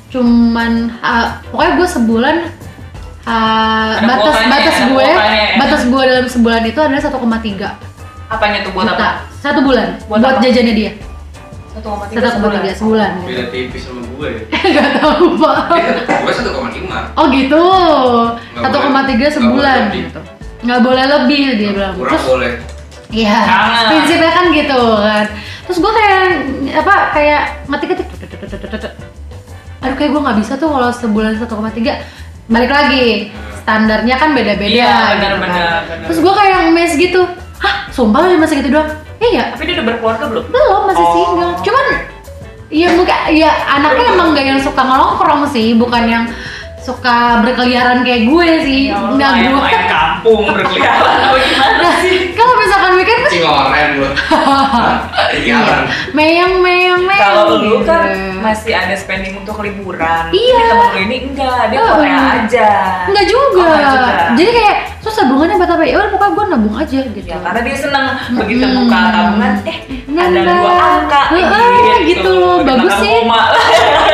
batas gue dalam sebulan itu adalah 1,3. Apanya tuh buat apa? 1 bulan buat jajannya dia. 1,3 sebulan. Beda tipis sama gue ya? Gak tau Pak. Gue 1,5. Oh gitu. 1,3 sebulan gitu. Nggak boleh lebih dia bilang. Kurang boleh. Iya. Prinsipnya kan gitu kan. Terus gue kayak ngetik-ngetik. Aduh kayak gue nggak bisa tuh kalau sebulan 1,3. Balik lagi. Standarnya kan beda-beda. Iya benar. Gitu. Terus gue kayak ngemes gitu. Hah, sumpah lu masih gitu doang? Iya. Tapi dia udah berkeluarga belum? Belum, masih single. Cuman ya mungkin ya anaknya emang gak yang suka ngelongkrong sih, bukan yang suka berkeliaran kayak gue sih. Enggak, gue main kampung berkeliaran apa gimana sih? Kalau misalkan weekend pasti Cingoren gue. Iya. Meyang. Kalau lu kan masih ada spending untuk liburan. Iya. Temen lu ini enggak, dia Korea aja. Enggak juga. Jadi kayak terus tabungannya buat apa? Ya udah pokoknya gue nabung aja gitu. Ya karena dia seneng begitu buka tabungan, ada 2 angka gitu loh, bagus sih.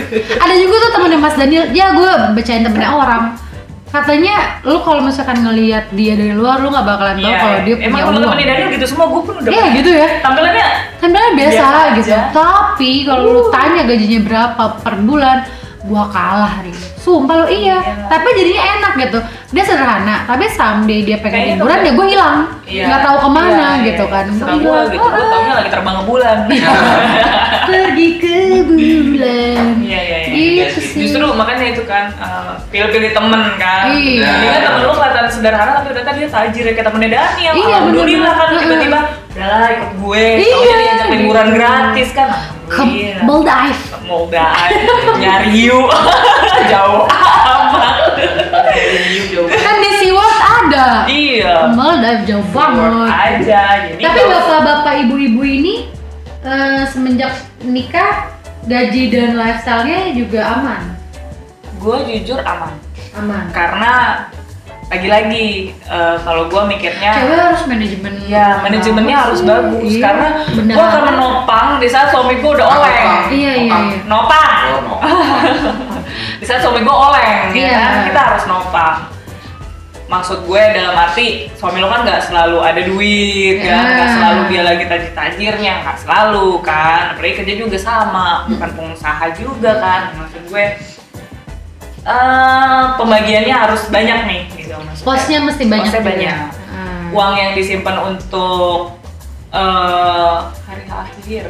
Ada juga tuh temennya Mas Daniel, ya gue bacain temennya orang. Katanya lu kalau misalkan ngelihat dia dari luar lu nggak bakalan tahu kalau dia punya emang uang. temen-temennya Daniel gitu semua, gue pun udah Iya gitu ya. tampilannya Biasa biasa gitu. aja. Tapi kalau lu tanya gajinya berapa per bulan, gua kalah hari ini. Sumpah lu iya. Tapi jadinya enak gitu. Dia sederhana, tapi someday dia pengen Kayaknya liburan ya gue hilang. Iya. Nggak tahu kemana Iya, gitu iya. kan. Suka Gua gue hilang. gitu, gue taunya lagi terbang ke bulan. Pergi ke bulan. Iya. Gitu sih. Justru makanya itu kan pilih-pilih temen kan. Iya. Jadi kan temen lu kelihatan sederhana tapi ternyata dia tajir ya, kayak temennya Daniel. Iya, Alhamdulillah kan bener-bener. tiba-tiba udahlah ikut gue. Iya. Taunya diajak liburan gratis kan. Ke Alhamdulillah. Maldives. Maldives, nyari hiu. Jauh amat. Kan di SeaWorld ada. Iya. Maldives jauh banget. Aja. Jadi Tapi kalau- bapak-bapak ibu-ibu ini semenjak nikah gaji dan lifestyle-nya juga aman. gue jujur aman. Aman. Karena lagi-lagi kalau gue mikirnya Cewek harus manajemen. ya manajemennya harus bagus Iya, karena benar. gue akan menopang di saat suami gue udah oleng. Iya. Nopang. Oh, no. Di saat suami gue oleng, ya Iya. kan kita harus nopang. Maksud gue dalam arti suami lo kan nggak selalu ada duit, kan? Nggak Ya. selalu dia lagi tajir-tajirnya, nggak selalu kan. Apalagi kerja juga sama, bukan pengusaha juga kan. Maksud gue pembagiannya harus banyak nih, gitu maksudnya. Posnya mesti banyak. Posnya juga. banyak. Ah. Uang yang disimpan untuk hari akhir,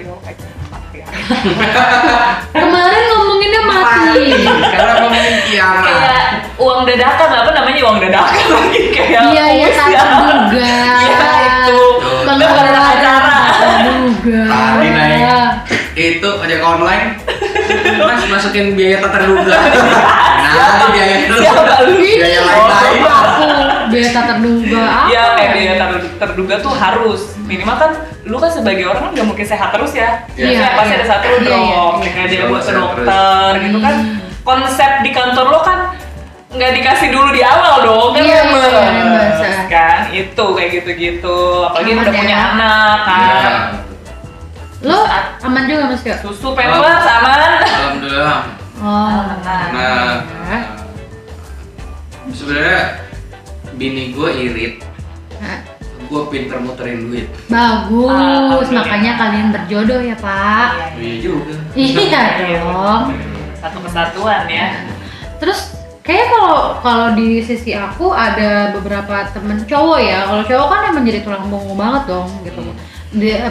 Kemarin ngomonginnya mati. Karena ngomongin kiamat. kayak uang dadakan, apa namanya uang dadakan lagi kayak Iya, tak ya. terduga. Iya itu. Lu pada acara. Terduga. Tadi naik itu ojek online. Mas masukin biaya tak terduga. Nah, biaya Siapa lu? biaya lain-lain. Aku biaya tak terduga. Iya, Apa kayak ya? biaya terduga tuh harus minimal kan. Lu kan sebagai orang kan nggak mungkin sehat terus ya. Iya, Biasanya pasti iya. ada satu lu Iya, drop, iya. kayak dia buat ke Terus. dokter gitu kan. Konsep di kantor lo kan nggak dikasih dulu di awal dong kan, Iya, reimburse, iya, reimburse. kan itu kayak gitu-gitu. Apalagi Aman udah ya. punya anak kan. Iya. Lo aman juga Mas Yo? Susu pampers aman. Alhamdulillah. Oh. Nah, sebenarnya bini gue irit. Nah, Gue pinter muterin duit. bagus, Alhamdulillah. makanya kalian berjodoh ya Pak. Iya juga. Iya dong. Satu kesatuan ya. Terus kayak kalau di sisi aku ada beberapa temen cowok ya. Kalau cowok kan emang jadi tulang punggung banget dong gitu. Dia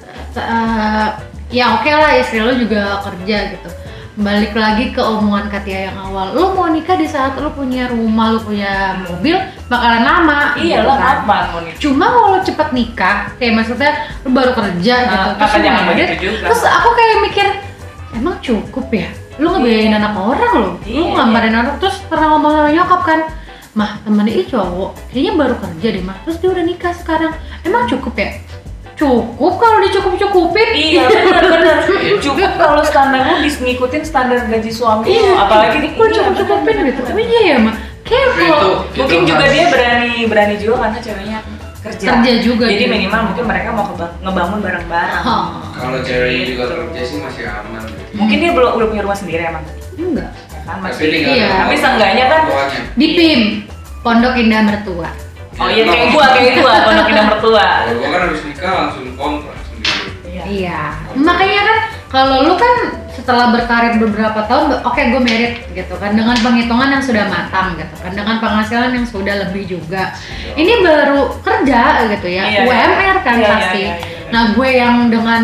ya oke lah istri lo juga kerja gitu. Balik lagi ke omongan Katia yang awal, lo mau nikah di saat lo punya rumah, lo punya mobil, bakalan lama. Iya gitu lah, kan. kapan mau nikah? Cuma kalau cepet nikah, kayak maksudnya lo baru kerja gitu, kenapa lo jangan married, begitu juga? terus aku kayak mikir, emang cukup ya? Lo ngebiayain anak orang lo, lo Iya, ngelambarin anak, terus pernah ngomong sama nyokap kan, mah temennya ini cowok, kayaknya baru kerja deh mah, terus dia udah nikah sekarang, emang cukup ya? Cukup kalau dicukup-cukupin. Iya benar-benar. Cukup kalau standar lu ngikutin standar gaji suami lu, Iya, apalagi kalau cukup-cukupin gitu. Tapi iya ya mah, kayak kalau mungkin juga harus- dia berani juga karena ceweknya kerja. Kerja juga Jadi dia. minimal mungkin mereka mau ngebangun bareng-bareng. oh, Kalau ceweknya juga kerja sih masih aman. Mungkin dia belum udah punya rumah sendiri emang. enggak. Ya kan Tapi masih. tinggal Iya. Tapi seenggaknya kan- tuanya. Di PIM, Pondok Indah Mertua. Oh iya kayak gua pondok indah mertua. Kalau gua kan habis nikah langsung kontrak sendiri. Iya. Makanya kan kalau lu kan setelah berkarir beberapa tahun, oke gue merit gitu kan dengan penghitungan yang sudah matang gitu kan dengan penghasilan yang sudah lebih juga. Ini baru kerja gitu ya, Iya, UMR kan iya, pasti. iya, iya. Nah gue yang dengan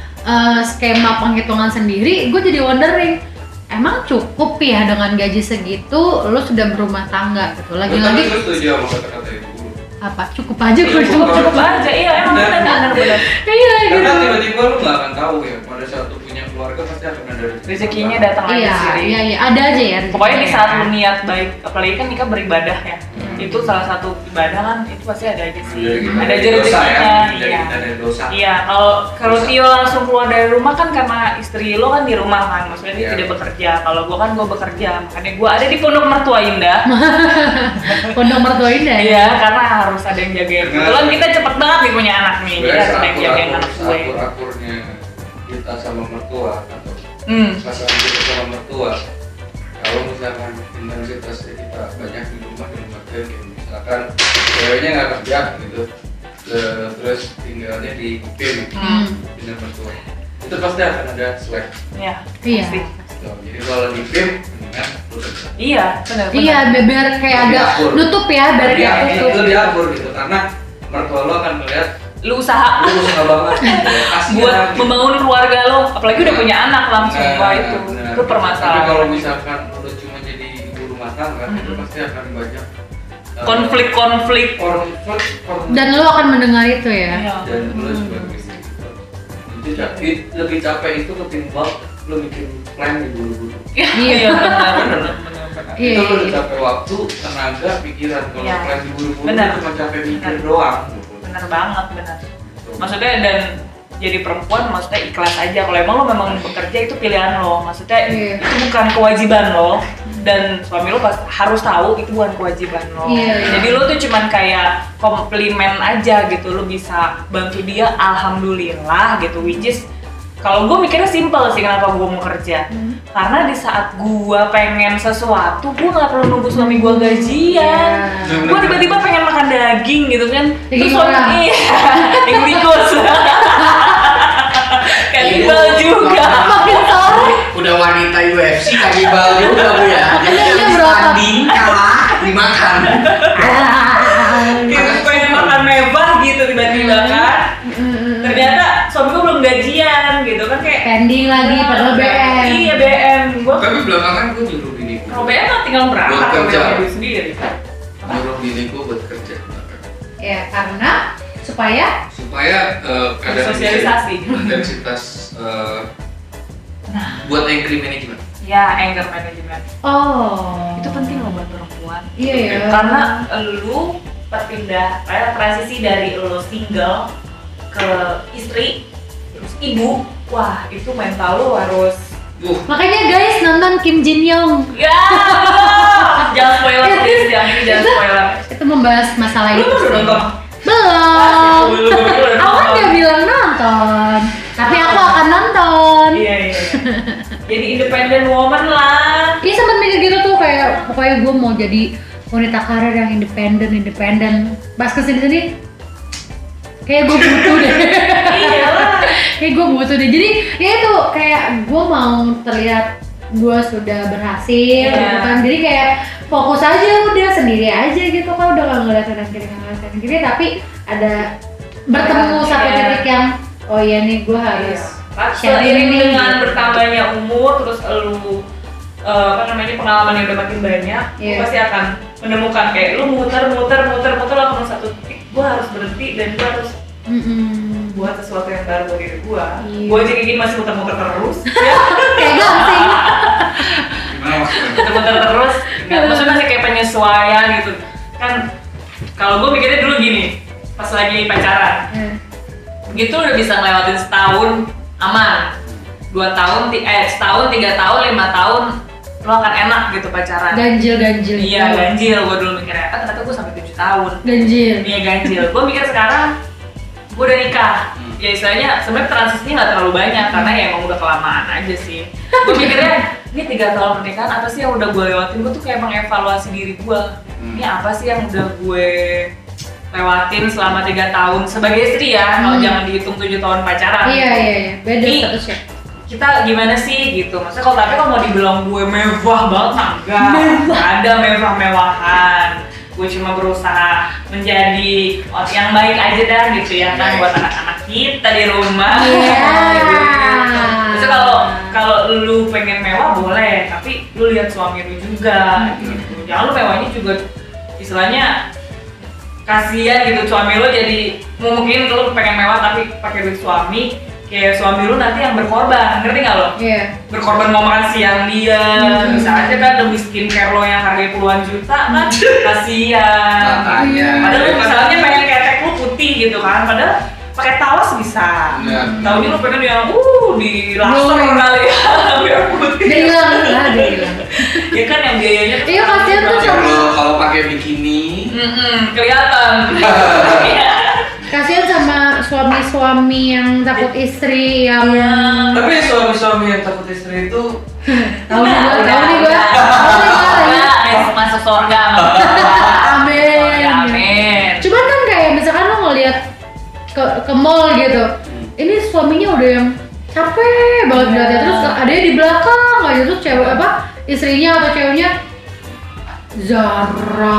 skema penghitungan sendiri, gue jadi wondering, emang cukup ya dengan gaji segitu lu sudah berumah tangga gitu. Tapi Lagi-lagi gue setuju sama kata-kata ibu. apa cukup aja gue Cukup, Cukup aja, iya emang benar. Iya gitu. Karena tiba-tiba lu nggak akan tahu ya pada saat lu punya keluarga pasti akan ada Rezekinya datang aja Iya, sendiri. iya, ada aja ya. Pokoknya di rezekinya saat ya. lu niat baik, apalagi kan nikah beribadah ya. Itu salah satu ibadah kan, itu pasti ada aja sih. Ada aja dosa ya, rezekinya. dari Iya. kita dari dosa. Iya, kalau Tio langsung keluar dari rumah kan karena istri lo kan di rumah kan, maksudnya dia Iya. tidak bekerja. Kalau gua kan gua bekerja, makanya gua ada di Pondok Mertua Indah. Pondok Mertua Indah ya. Iya, karena harus ada yang jagain. Kebetulan kita cepet banget nih punya anak nih, jadi harus ada yang jagain anak gue. Akur-akurnya kita sama mertua atau pasangan kita sama mertua. Kalau misalkan intensitasnya kita banyak di rumah kayak misalkan ceweknya nggak kerja gitu, terus tinggalnya di PIM dengan mertua, itu pasti akan ada slack. Iya. Jadi kalau di PIM mendingan lu kerja. Iya, benar. Iya, biar kayak ada nutup ya, biar kayak tutup. Itu diatur gitu, karena mertua lo akan melihat lu usaha banget buat membangun keluarga lo, apalagi udah punya anak langsung. Wah itu permasalahan. Tapi kalau misalkan lo cuma jadi ibu rumah tangga, itu pasti akan banyak konflik. Dan lo akan mendengar itu ya. Dan lo juga itu lebih capek itu ketimbang lo bikin plan di buru-buru. Iya benar. Itu lo udah capek waktu, tenaga, pikiran. Kalau plan di buru-buru itu cuma capek mikir doang. Benar banget. Maksudnya dan jadi perempuan maksudnya ikhlas aja. Kalau emang lo memang bekerja itu pilihan lo. Maksudnya itu bukan kewajiban lo. Dan suami lo harus tahu itu bukan kewajiban lo. Jadi lo tuh cuman kayak komplimen aja gitu. Lo bisa bantu dia, alhamdulillah gitu. Which is kalau gue mikirnya simple sih kenapa gue mau kerja. Karena di saat gue pengen sesuatu, gue nggak perlu nunggu suami gue gajian. Gue tiba-tiba pengen makan daging gitu kan. Terus suami yang tikus. Kanibal juga. Makin sore. Udah wanita UFC kanibal juga bu ya. Jadi habis tanding kalah dimakan. Kita pengen makan mewah gitu tiba-tiba kan. Ternyata suami gue belum gajian gitu kan kayak pending lagi padahal BM. Iya BM gue. Tapi belakangan gue nyuruh biniku. Kalau BM tinggal berangkat buat kerja sendiri. Nyuruh biniku buat kerja. Ya karena supaya ada sosialisasi intensitas buat anger management. Ya anger management. Oh. Itu penting loh buat perempuan. Iya ya. Karena lu transisi dari lu single ke istri terus ibu, wah itu mental lu harus. Makanya guys nonton Kim Jin Young. Ya, jangan spoiler please, jangan spoiler. Itu membahas masalah itu. Lu udah nonton? Belum. Aku nggak bilang nonton, tapi aku akan nonton. Iya. Jadi independent woman lah. Iya sempat mikir gitu tuh kayak pokoknya gue mau jadi wanita karir yang independen. Pas kesini kayak gue butuh deh. Iya lah. Kayak gue butuh deh. Jadi ya itu kayak gue mau terlihat gue sudah berhasil, gitu kan. Jadi kayak fokus aja udah sendiri aja gitu kan, udah nggak ngeliat kanan kiri, tapi ada bertemu sampai titik yang oh iya nih gue harus seiring dengan bertambahnya umur terus lu pengalaman yang udah makin banyak, lu pasti akan menemukan kayak lu muter lalu satu titik gue harus berhenti dan gue harus buat sesuatu yang baru buat diri gue. Gue aja kayak gini masih muter-muter terus. Kayak gampang. Muter-muter terus. Maksudnya masih kayak penyesuaian gitu. Kan kalau gue mikirnya dulu gini, pas lagi pacaran, gitu udah bisa ngelewatin setahun aman, 2 tahun, setahun, 3 tahun, 5 tahun lo akan enak gitu pacaran. Ganjil. Iya ganjil, gue dulu mikirnya, ternyata gue sampai 7 tahun. Ganjil. Iya ganjil. Gue mikir sekarang, gue udah nikah. Ya istilahnya sebenarnya transisinya nggak terlalu banyak karena ya emang udah kelamaan aja sih. Gue mikirnya ini 3 tahun pernikahan apa sih yang udah gue lewatin? Gue tuh kayak mengevaluasi diri gue. Ini apa sih yang udah gue lewatin selama 3 tahun sebagai istri ya? Kalau jangan dihitung 7 tahun pacaran. Iya. Beda statusnya. Kita gimana sih gitu? Maksudnya kalau mau dibilang gue mewah banget, enggak ada mewah-mewahan. Gue cuma berusaha menjadi yang baik aja dah gitu ya kan buat anak-anak kita di rumah. Maksudnya kalau lu pengen mewah boleh, tapi lu lihat suami lu juga gitu. Jangan lu mewahnya juga istilahnya kasihan gitu, suami lu jadi mungkin lu pengen mewah tapi pakai duit suami, kayak suami lu nanti yang berkorban, ngerti nggak lo? Iya. Berkorban mau makan siang dia, bisa aja kan demi skincare lo yang harganya puluhan juta kan, kasihan. Padahal lu misalnya pengen ketek lu putih gitu kan, padahal pakai tawas bisa. Tahunya lu pengen yang di laser kali ya, biar putih. Dia hilang. Ya kan yang biayanya tuh. Iya kasihan tuh sama. Kalau pakai bikini, kelihatan. Kasihan sama suami suami yang takut istri yang Tapi suami-suami yang takut istri itu tahu nih gua. Masuk surga. Amin. Amin. Cuman kan kayak misalkan lo ngeliat ke mall gitu, ini suaminya udah yang capek banget ngeliatnya, terus adanya di belakang aja tuh cewek istrinya atau ceweknya Zara,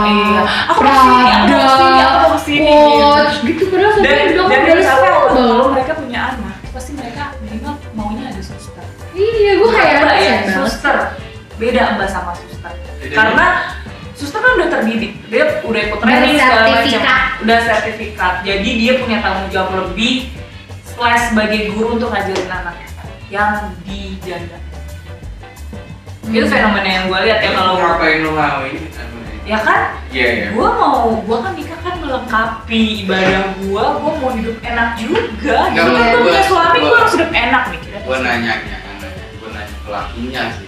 Prada, Watch gitu, padahal suaminya di belakang udah kalau mereka punya anak, pasti mereka minimal maunya ada suster. Iya, gue kayak suster. Beda Mbak sama suster. Karena suster kan udah terdidik, dia udah ikut training segala macam, udah sertifikat. Jadi dia punya tanggung jawab lebih sebagai guru untuk ngajarin anak yang dijanda. Itu fenomena yang gue lihat ya kalau ngapain lo mau ini? Ya kan? Iya. Gue kan nikah kan melengkapi ibadah gue mau hidup enak juga. Gitu kan gue punya suami, gue harus hidup enak nih. Gue nanya ke lakinya sih.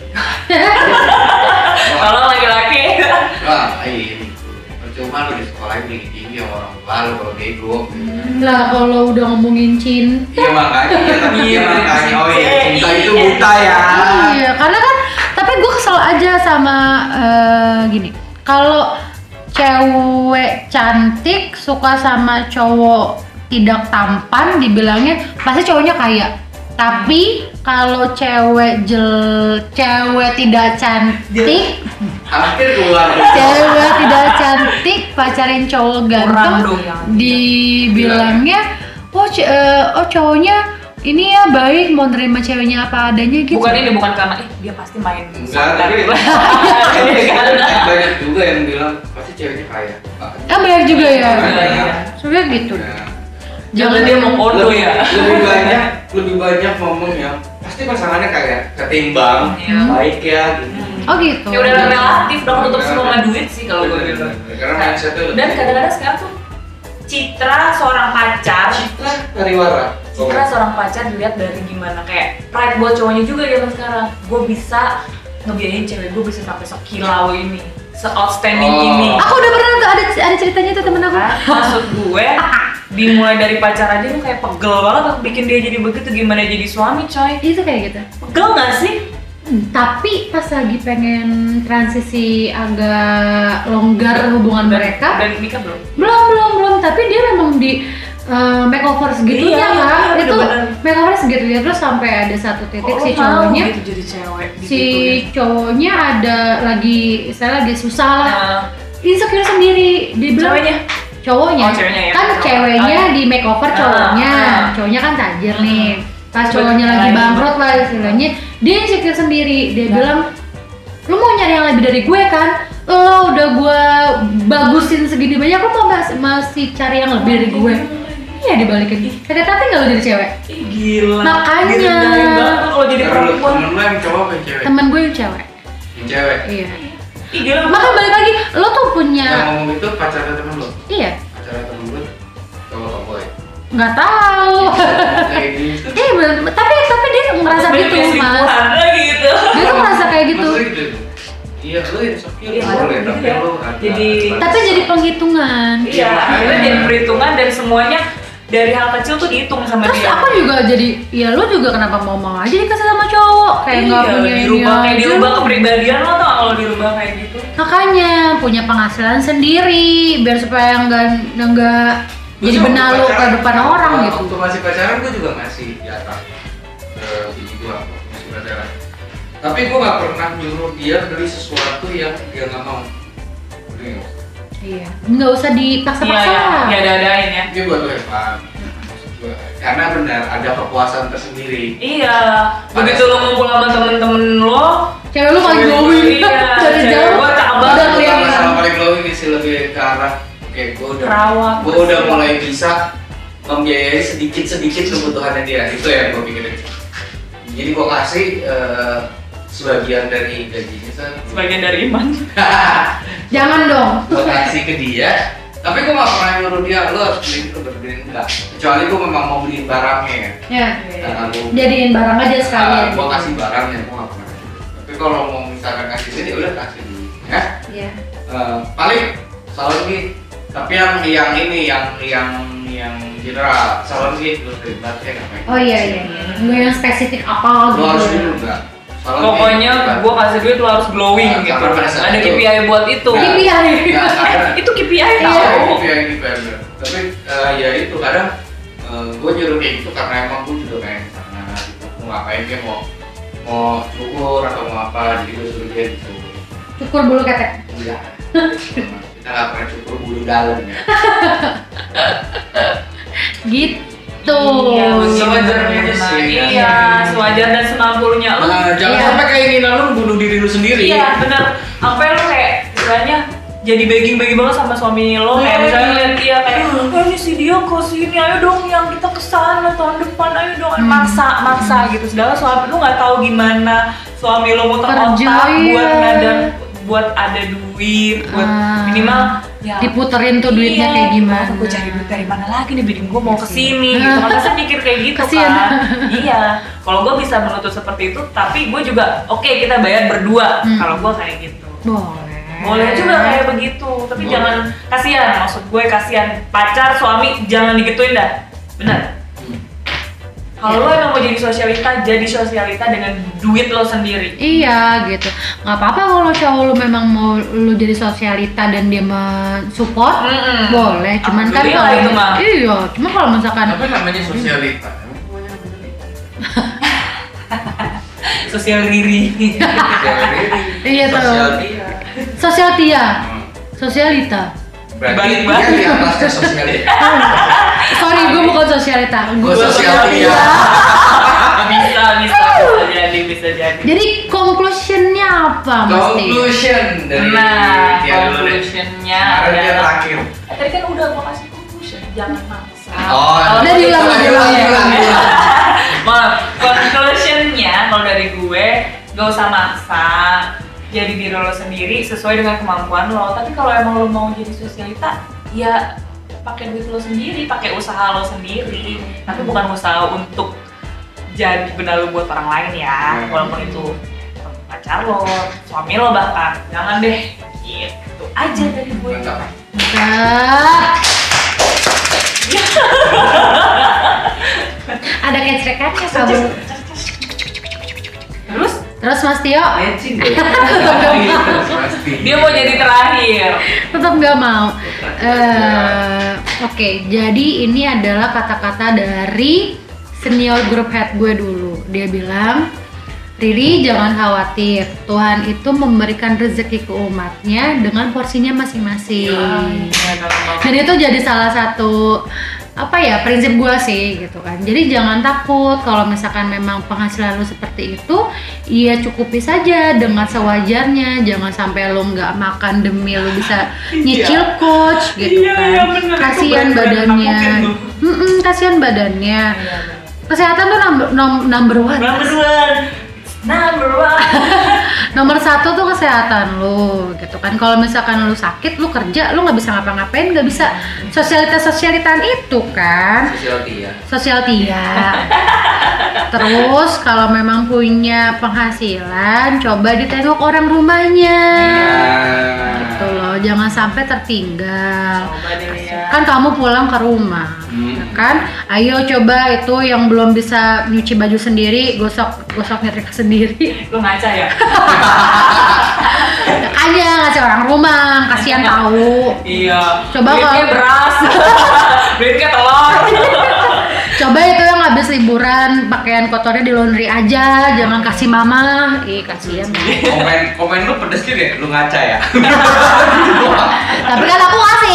Kalau laki-laki. Wah, ini percuma lu di sekolah tinggi sama orang tua lu kalau bego. Lah kalau udah ngomongin cinta. Iya makanya. Oh iya, cinta itu buta ya. Iya, karena kan tapi gue kesel aja sama gini. Kalau cewek cantik suka sama cowok tidak tampan, dibilangnya pasti cowoknya kaya. Tapi kalau cewek tidak cantik, hampir keluar. Cewek tidak cantik pacarin cowok ganteng, dibilangnya cowoknya ini ya baik, mau nerima ceweknya apa adanya gitu. Bukan karena dia pasti main. Enggak, tapi banyak juga yang bilang pasti ceweknya kaya. Banyak juga ya. Sebenarnya gitu. Jangan dia mau kodo ya. Lebih banyak ngomong yang pasti pasangannya kayak ketimbang, baik ya gitu. Oh gitu. Ya udah relatif dong, tutup semua sama duit sih kalau gue bilang. Karena mindsetnya lebih. Dan kadang-kadang sekarang tuh citra seorang pacar, citra seorang pacar dilihat dari gimana, kayak pride buat cowoknya juga zaman sekarang. Gue bisa ngebiayain cewek gue bisa sampai sekilau ini, se-outstanding ini. Aku udah pernah tuh ada ceritanya tuh temen aku. Maksud gue dimulai dari pacar aja lu kayak pegel banget bikin dia jadi begitu, gimana jadi suami coy. Itu kayak gitu. Pegel gak sih? Tapi pas lagi pengen transisi agak longgar hubungan mereka. Dan nikah belum? Belum, tapi dia memang di makeover segitunya kan. Itu makeover segitunya, terus sampai ada satu titik si cowoknya gitu jadi cewek, si cowoknya ada lagi susah lah, insecure sendiri. Dia bilang cowoknya ya? Kan ceweknya di makeover cowoknya kan tajir nih. Pas cowoknya lagi bangkrut lah istilahnya, dia insecure sendiri. Dia bilang, lu mau nyari yang lebih dari gue kan? Lo udah gue bagusin segini banyak, lo mau masih cari yang lebih dari gue? Iya, dibalikin. Kata tapi nggak lo jadi cewek? Gila. Makanya kalau jadi perempuan. Temen lo yang cowok apa yang cewek? Temen gue yang cewek. Yang cewek? Iya. Gila. Makanya balik lagi, lo tuh punya. Yang ngomong itu pacarnya temen lo? Iya. Pacarnya temen lo? Cowok-cowok. Nggak tahu. Tapi dia ngerasa gitu mas. Gitu. Dia tuh ngerasa kayak gitu. Iya, lu insecure boleh, tapi lu tapi jadi penghitungan. Iya, akhirnya jadi perhitungan dan semuanya dari hal kecil tuh dihitung sama terus dia. Terus aku juga jadi, ya lu juga kenapa mau aja dikasih sama cowok kayak nggak punya ini dirubah kepribadian lo tau kalau dirubah kayak gitu. Makanya punya penghasilan sendiri biar supaya nggak jadi benalu ke depan orang gitu. Waktu masih pacaran gue juga ngasih jatah ke bini gue masih pacaran. Tapi gue nggak pernah nyuruh dia beli sesuatu yang dia nggak mau. Iya, nggak usah dipaksa-paksa. Iya, ada-adain ya. Ini buat lo ya Pak. Karena benar ada kepuasan tersendiri. Iya. Begitu lo ngumpul sama temen-temen lo, cewek lo paling glowing. Iya. Dari jauh. Gue cabang. Udah kelihatan. Sama paling glowing sih lebih ke arah kayak gue udah mulai bisa membiayai sedikit kebutuhannya dia. Itu yang gue pikirin. Jadi gue kasih sebagian dari gajinya, sebagian dari iman. Jangan dong. Gue kasih ke dia, tapi gue gak pernah nyuruh dia lo harus beli itu beli enggak. Kecuali gue memang mau beli barangnya. Ya. Jadiin barang aja sekalian. Gue kasih barangnya, gue gak pernah. Tapi kalau mau misalkan kasih sini udah kasih dulu, ya. Iya. Paling selalu lagi. Tapi yang ini yang yang general. Salon sih lu ribet ya ngapain? Oh iya. Nggak yang spesifik apa Lu harus gitu. dulu enggak? Salon Pokoknya gue kasih duit lo harus glowing Nah, gitu. sama pada saat Ada itu. KPI buat itu. Nah, KPI. Enggak ada. Itu KPI Iya. tau. Yang bener. Tapi ya itu kadang gue nyuruh kayak gitu karena emang gue juga pengen karena gitu. Mau ngapain dia mau cukur atau mau apa, jadi gue suruh dia gitu. Cukur bulu ketek. Enggak. Kita nggak pernah cukur bulu dalam ya. Gitu. Iya, sewajarnya aja sih, kan? Iya, sewajar dan semampunya lu. Nah, jangan Iya. sampai keinginan lu bunuh diri lu sendiri. Iya, bener. Sampai lu kayak istilahnya jadi begging banget sama suami lo. Kayak misalnya lihat dia kayak, oh ini si dia ke sini, ayo dong yang kita kesana tahun depan, ayo dong. Maksa gitu. Sedangkan suami lu nggak tahu gimana suami lo muter Kerja, otak buat iya. ngadang, buat ada duit, buat minimal ya Diputerin tuh duitnya iya, kayak gimana. Gue cari duit dari mana lagi nih, bini gue mau kesini gitu kan, pasti mikir kayak gitu Kasian. kan. Iya, kalau gue bisa menuntut seperti itu, tapi gue juga oke, kita bayar berdua. Kalau gue kayak gitu boleh juga kayak begitu, tapi Boleh. jangan kasihan, maksud gue kasihan pacar suami jangan digituin dah, benar. Kalau lo emang mau jadi sosialita dengan duit lo sendiri. Iya gitu, nggak apa-apa kalau cowok lu memang mau lu jadi sosialita dan dia mensupport, boleh. Cuman kan Alhamdulillah kalau itu mah. iya, cuma kalau misalkan Apa namanya sosialita? Emang namanya apa tadi? Sosial diri. iya tuh Sosialita. sosialita. Berarti Balik dia banget. di atasnya sosialita. Sorry, gue bukan sosialita, Gue sosialita. bisa jadi. Jadi conclusionnya apa, Mas Tio? Conclusion dari Nah, dia dulu deh. conclusionnya Kemarin dia adalah terakhir. tadi kan udah mau kasih conclusion, jangan maksa. Oh, Udah diulang. Maaf, conclusionnya kalau dari gue gak usah maksa, jadi diri lo sendiri sesuai dengan kemampuan lo. Tapi kalau emang lo mau jadi sosialita, ya pakai duit lo sendiri, pakai usaha lo sendiri. Tapi bukan usaha untuk jadi benar buat orang lain ya, walaupun itu pacar lo, suami lo bahkan. Jangan deh, gitu aja dari gue. Mantap. Mantap. Ada kecrekannya kamu. Terus Mas Tio Matching deh. Pasti. Dia mau jadi terakhir. tetap nggak mau. Oke, jadi ini adalah kata-kata dari senior group head gue dulu. Dia bilang, Riri jangan khawatir, Tuhan itu memberikan rezeki ke umatnya dengan porsinya masing-masing. Dan itu jadi salah satu prinsip gue sih gitu kan. Jadi jangan takut kalau misalkan memang penghasilan lu seperti itu, ya cukupi saja dengan sewajarnya. Jangan sampai lu nggak makan demi lu bisa nyicil coach gitu kan. Bener, Kasihan badannya. Kasihan badannya. Kesehatan tuh number one. Nomor satu tuh kesehatan lu gitu kan. Kalau misalkan lu sakit, lu kerja, lu nggak bisa ngapa-ngapain, nggak bisa sosialitas-sosialitan itu kan. Sosialtia. Terus kalau memang punya penghasilan, coba ditengok orang rumahnya. Gitu loh, jangan sampai tertinggal. Coba deh ya. Kan kamu pulang ke rumah, ya kan? Ayo coba itu yang belum bisa nyuci baju sendiri, gosok nyetrika sendiri. Lu ngaca ya? Aja ngasih orang rumah, kasihan tahu. Iya. Coba duitnya kalau- beras, duitnya telur. Coba itu yang habis liburan pakaian kotornya di laundry aja, jangan kasih mama. Kasihan. Komen lu pedes juga ya? Lu ngaca ya? Tapi kan aku ngasih.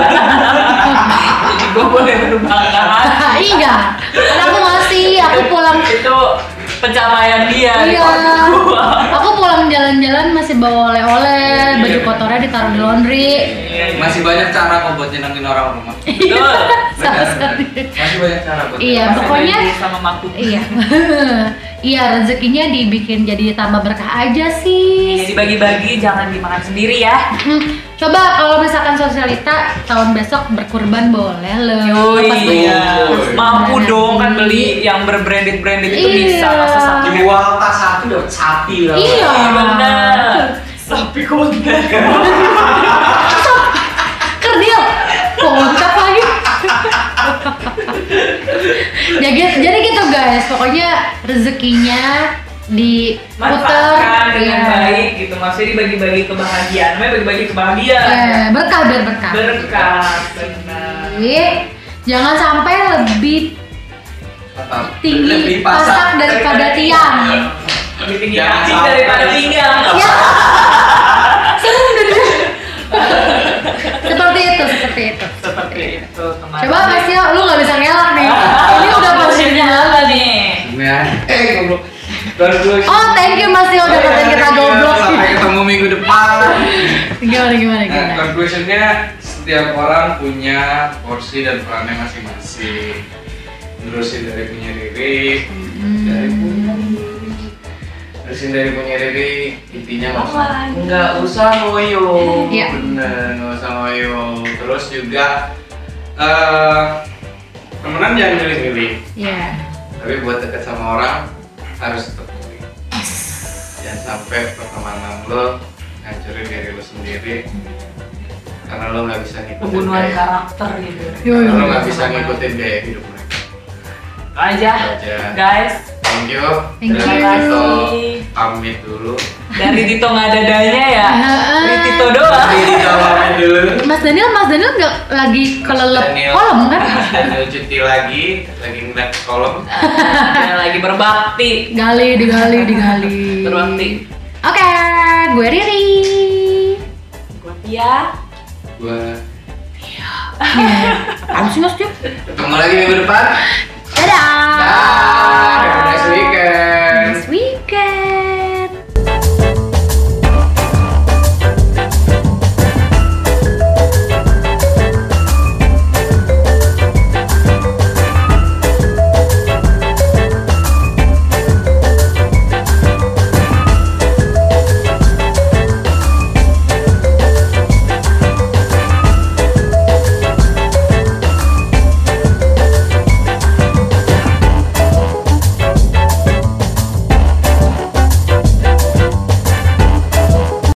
Jadi gue boleh berbangga. Iya. Kan aku ngasih, aku pulang. Itu pencapaian dia. di Iya. keluarga gua. Aku pulang jalan-jalan masih bawa oleh-oleh, baju kotornya ditaruh di laundry. Masih banyak cara kok buat nyenengin orang rumah. Betul. Benar. Masih banyak cara buat. Iya, Masih pokoknya ada sama makhluk. iya. Iya, rezekinya dibikin jadi tambah berkah aja sih. Jadi bagi-bagi, jangan dimakan sendiri ya. Coba kalau misalkan sosialita tahun besok berkurban boleh loh. Yoi, Pas iya. beli. Mampu dong kan beli yang berbranded itu Iya. bisa masa satu. Jual tas satu dapat sapi lah. Iya. Benar. Sapi konten. Kerdil, kontak lagi. Jadi gitu guys, pokoknya rezekinya manfaatkan diputer dengan baik gitu, maksudnya dibagi-bagi kebahagiaan, namanya bagi-bagi kebahagiaan. Berkah biar berkah. Berkah, benar. Jangan sampai lebih tinggi lebih pasak daripada tiang. Lebih tinggi Jangan kaki sampai. daripada pinggang. Ya. Seperti itu. Seperti itu, teman. Coba Mas Yo, lu nggak bisa ngelak nih. Ini udah maksudnya apa nih? Nah, goblok. Conclusion. Oh, thank you Mas Yo udah katain kita goblok. Sampai ketemu minggu depan. Gimana? Nah, conclusionnya setiap orang punya porsi dan perannya masing-masing. Terusin dari punya diri, terusin dari punya diri, intinya nggak usah ngoyo. Iya. Bener, nggak usah ngoyo. Terus juga temenan jangan milih-milih. Iya. Tapi buat deket sama orang harus tetap pilih. Jangan sampai pertemanan lo ngancurin diri lo sendiri karena lo nggak bisa ngikutin Pembunuhan gaya. karakter gitu. Karena lo nggak bisa ngikutin gaya hidup mereka. Aja, guys. Thank you. Thank Dari you. Tito pamit dulu. Dari Tito nggak ada dadanya ya. Dari Tito doang. Dari Tito pamit dulu. Mas Daniel nggak lagi kelelep Daniel- kolom kan? Mas Daniel cuti lagi ngeliat kolom. Dia lagi berbakti. Digali. Berbakti. Oke, gue Riri. Gue Tia. Gua Apaan sih Mas Juk? ketemu lagi minggu depan. Dadah. Bye. Have a nice weekend. Nice weekend.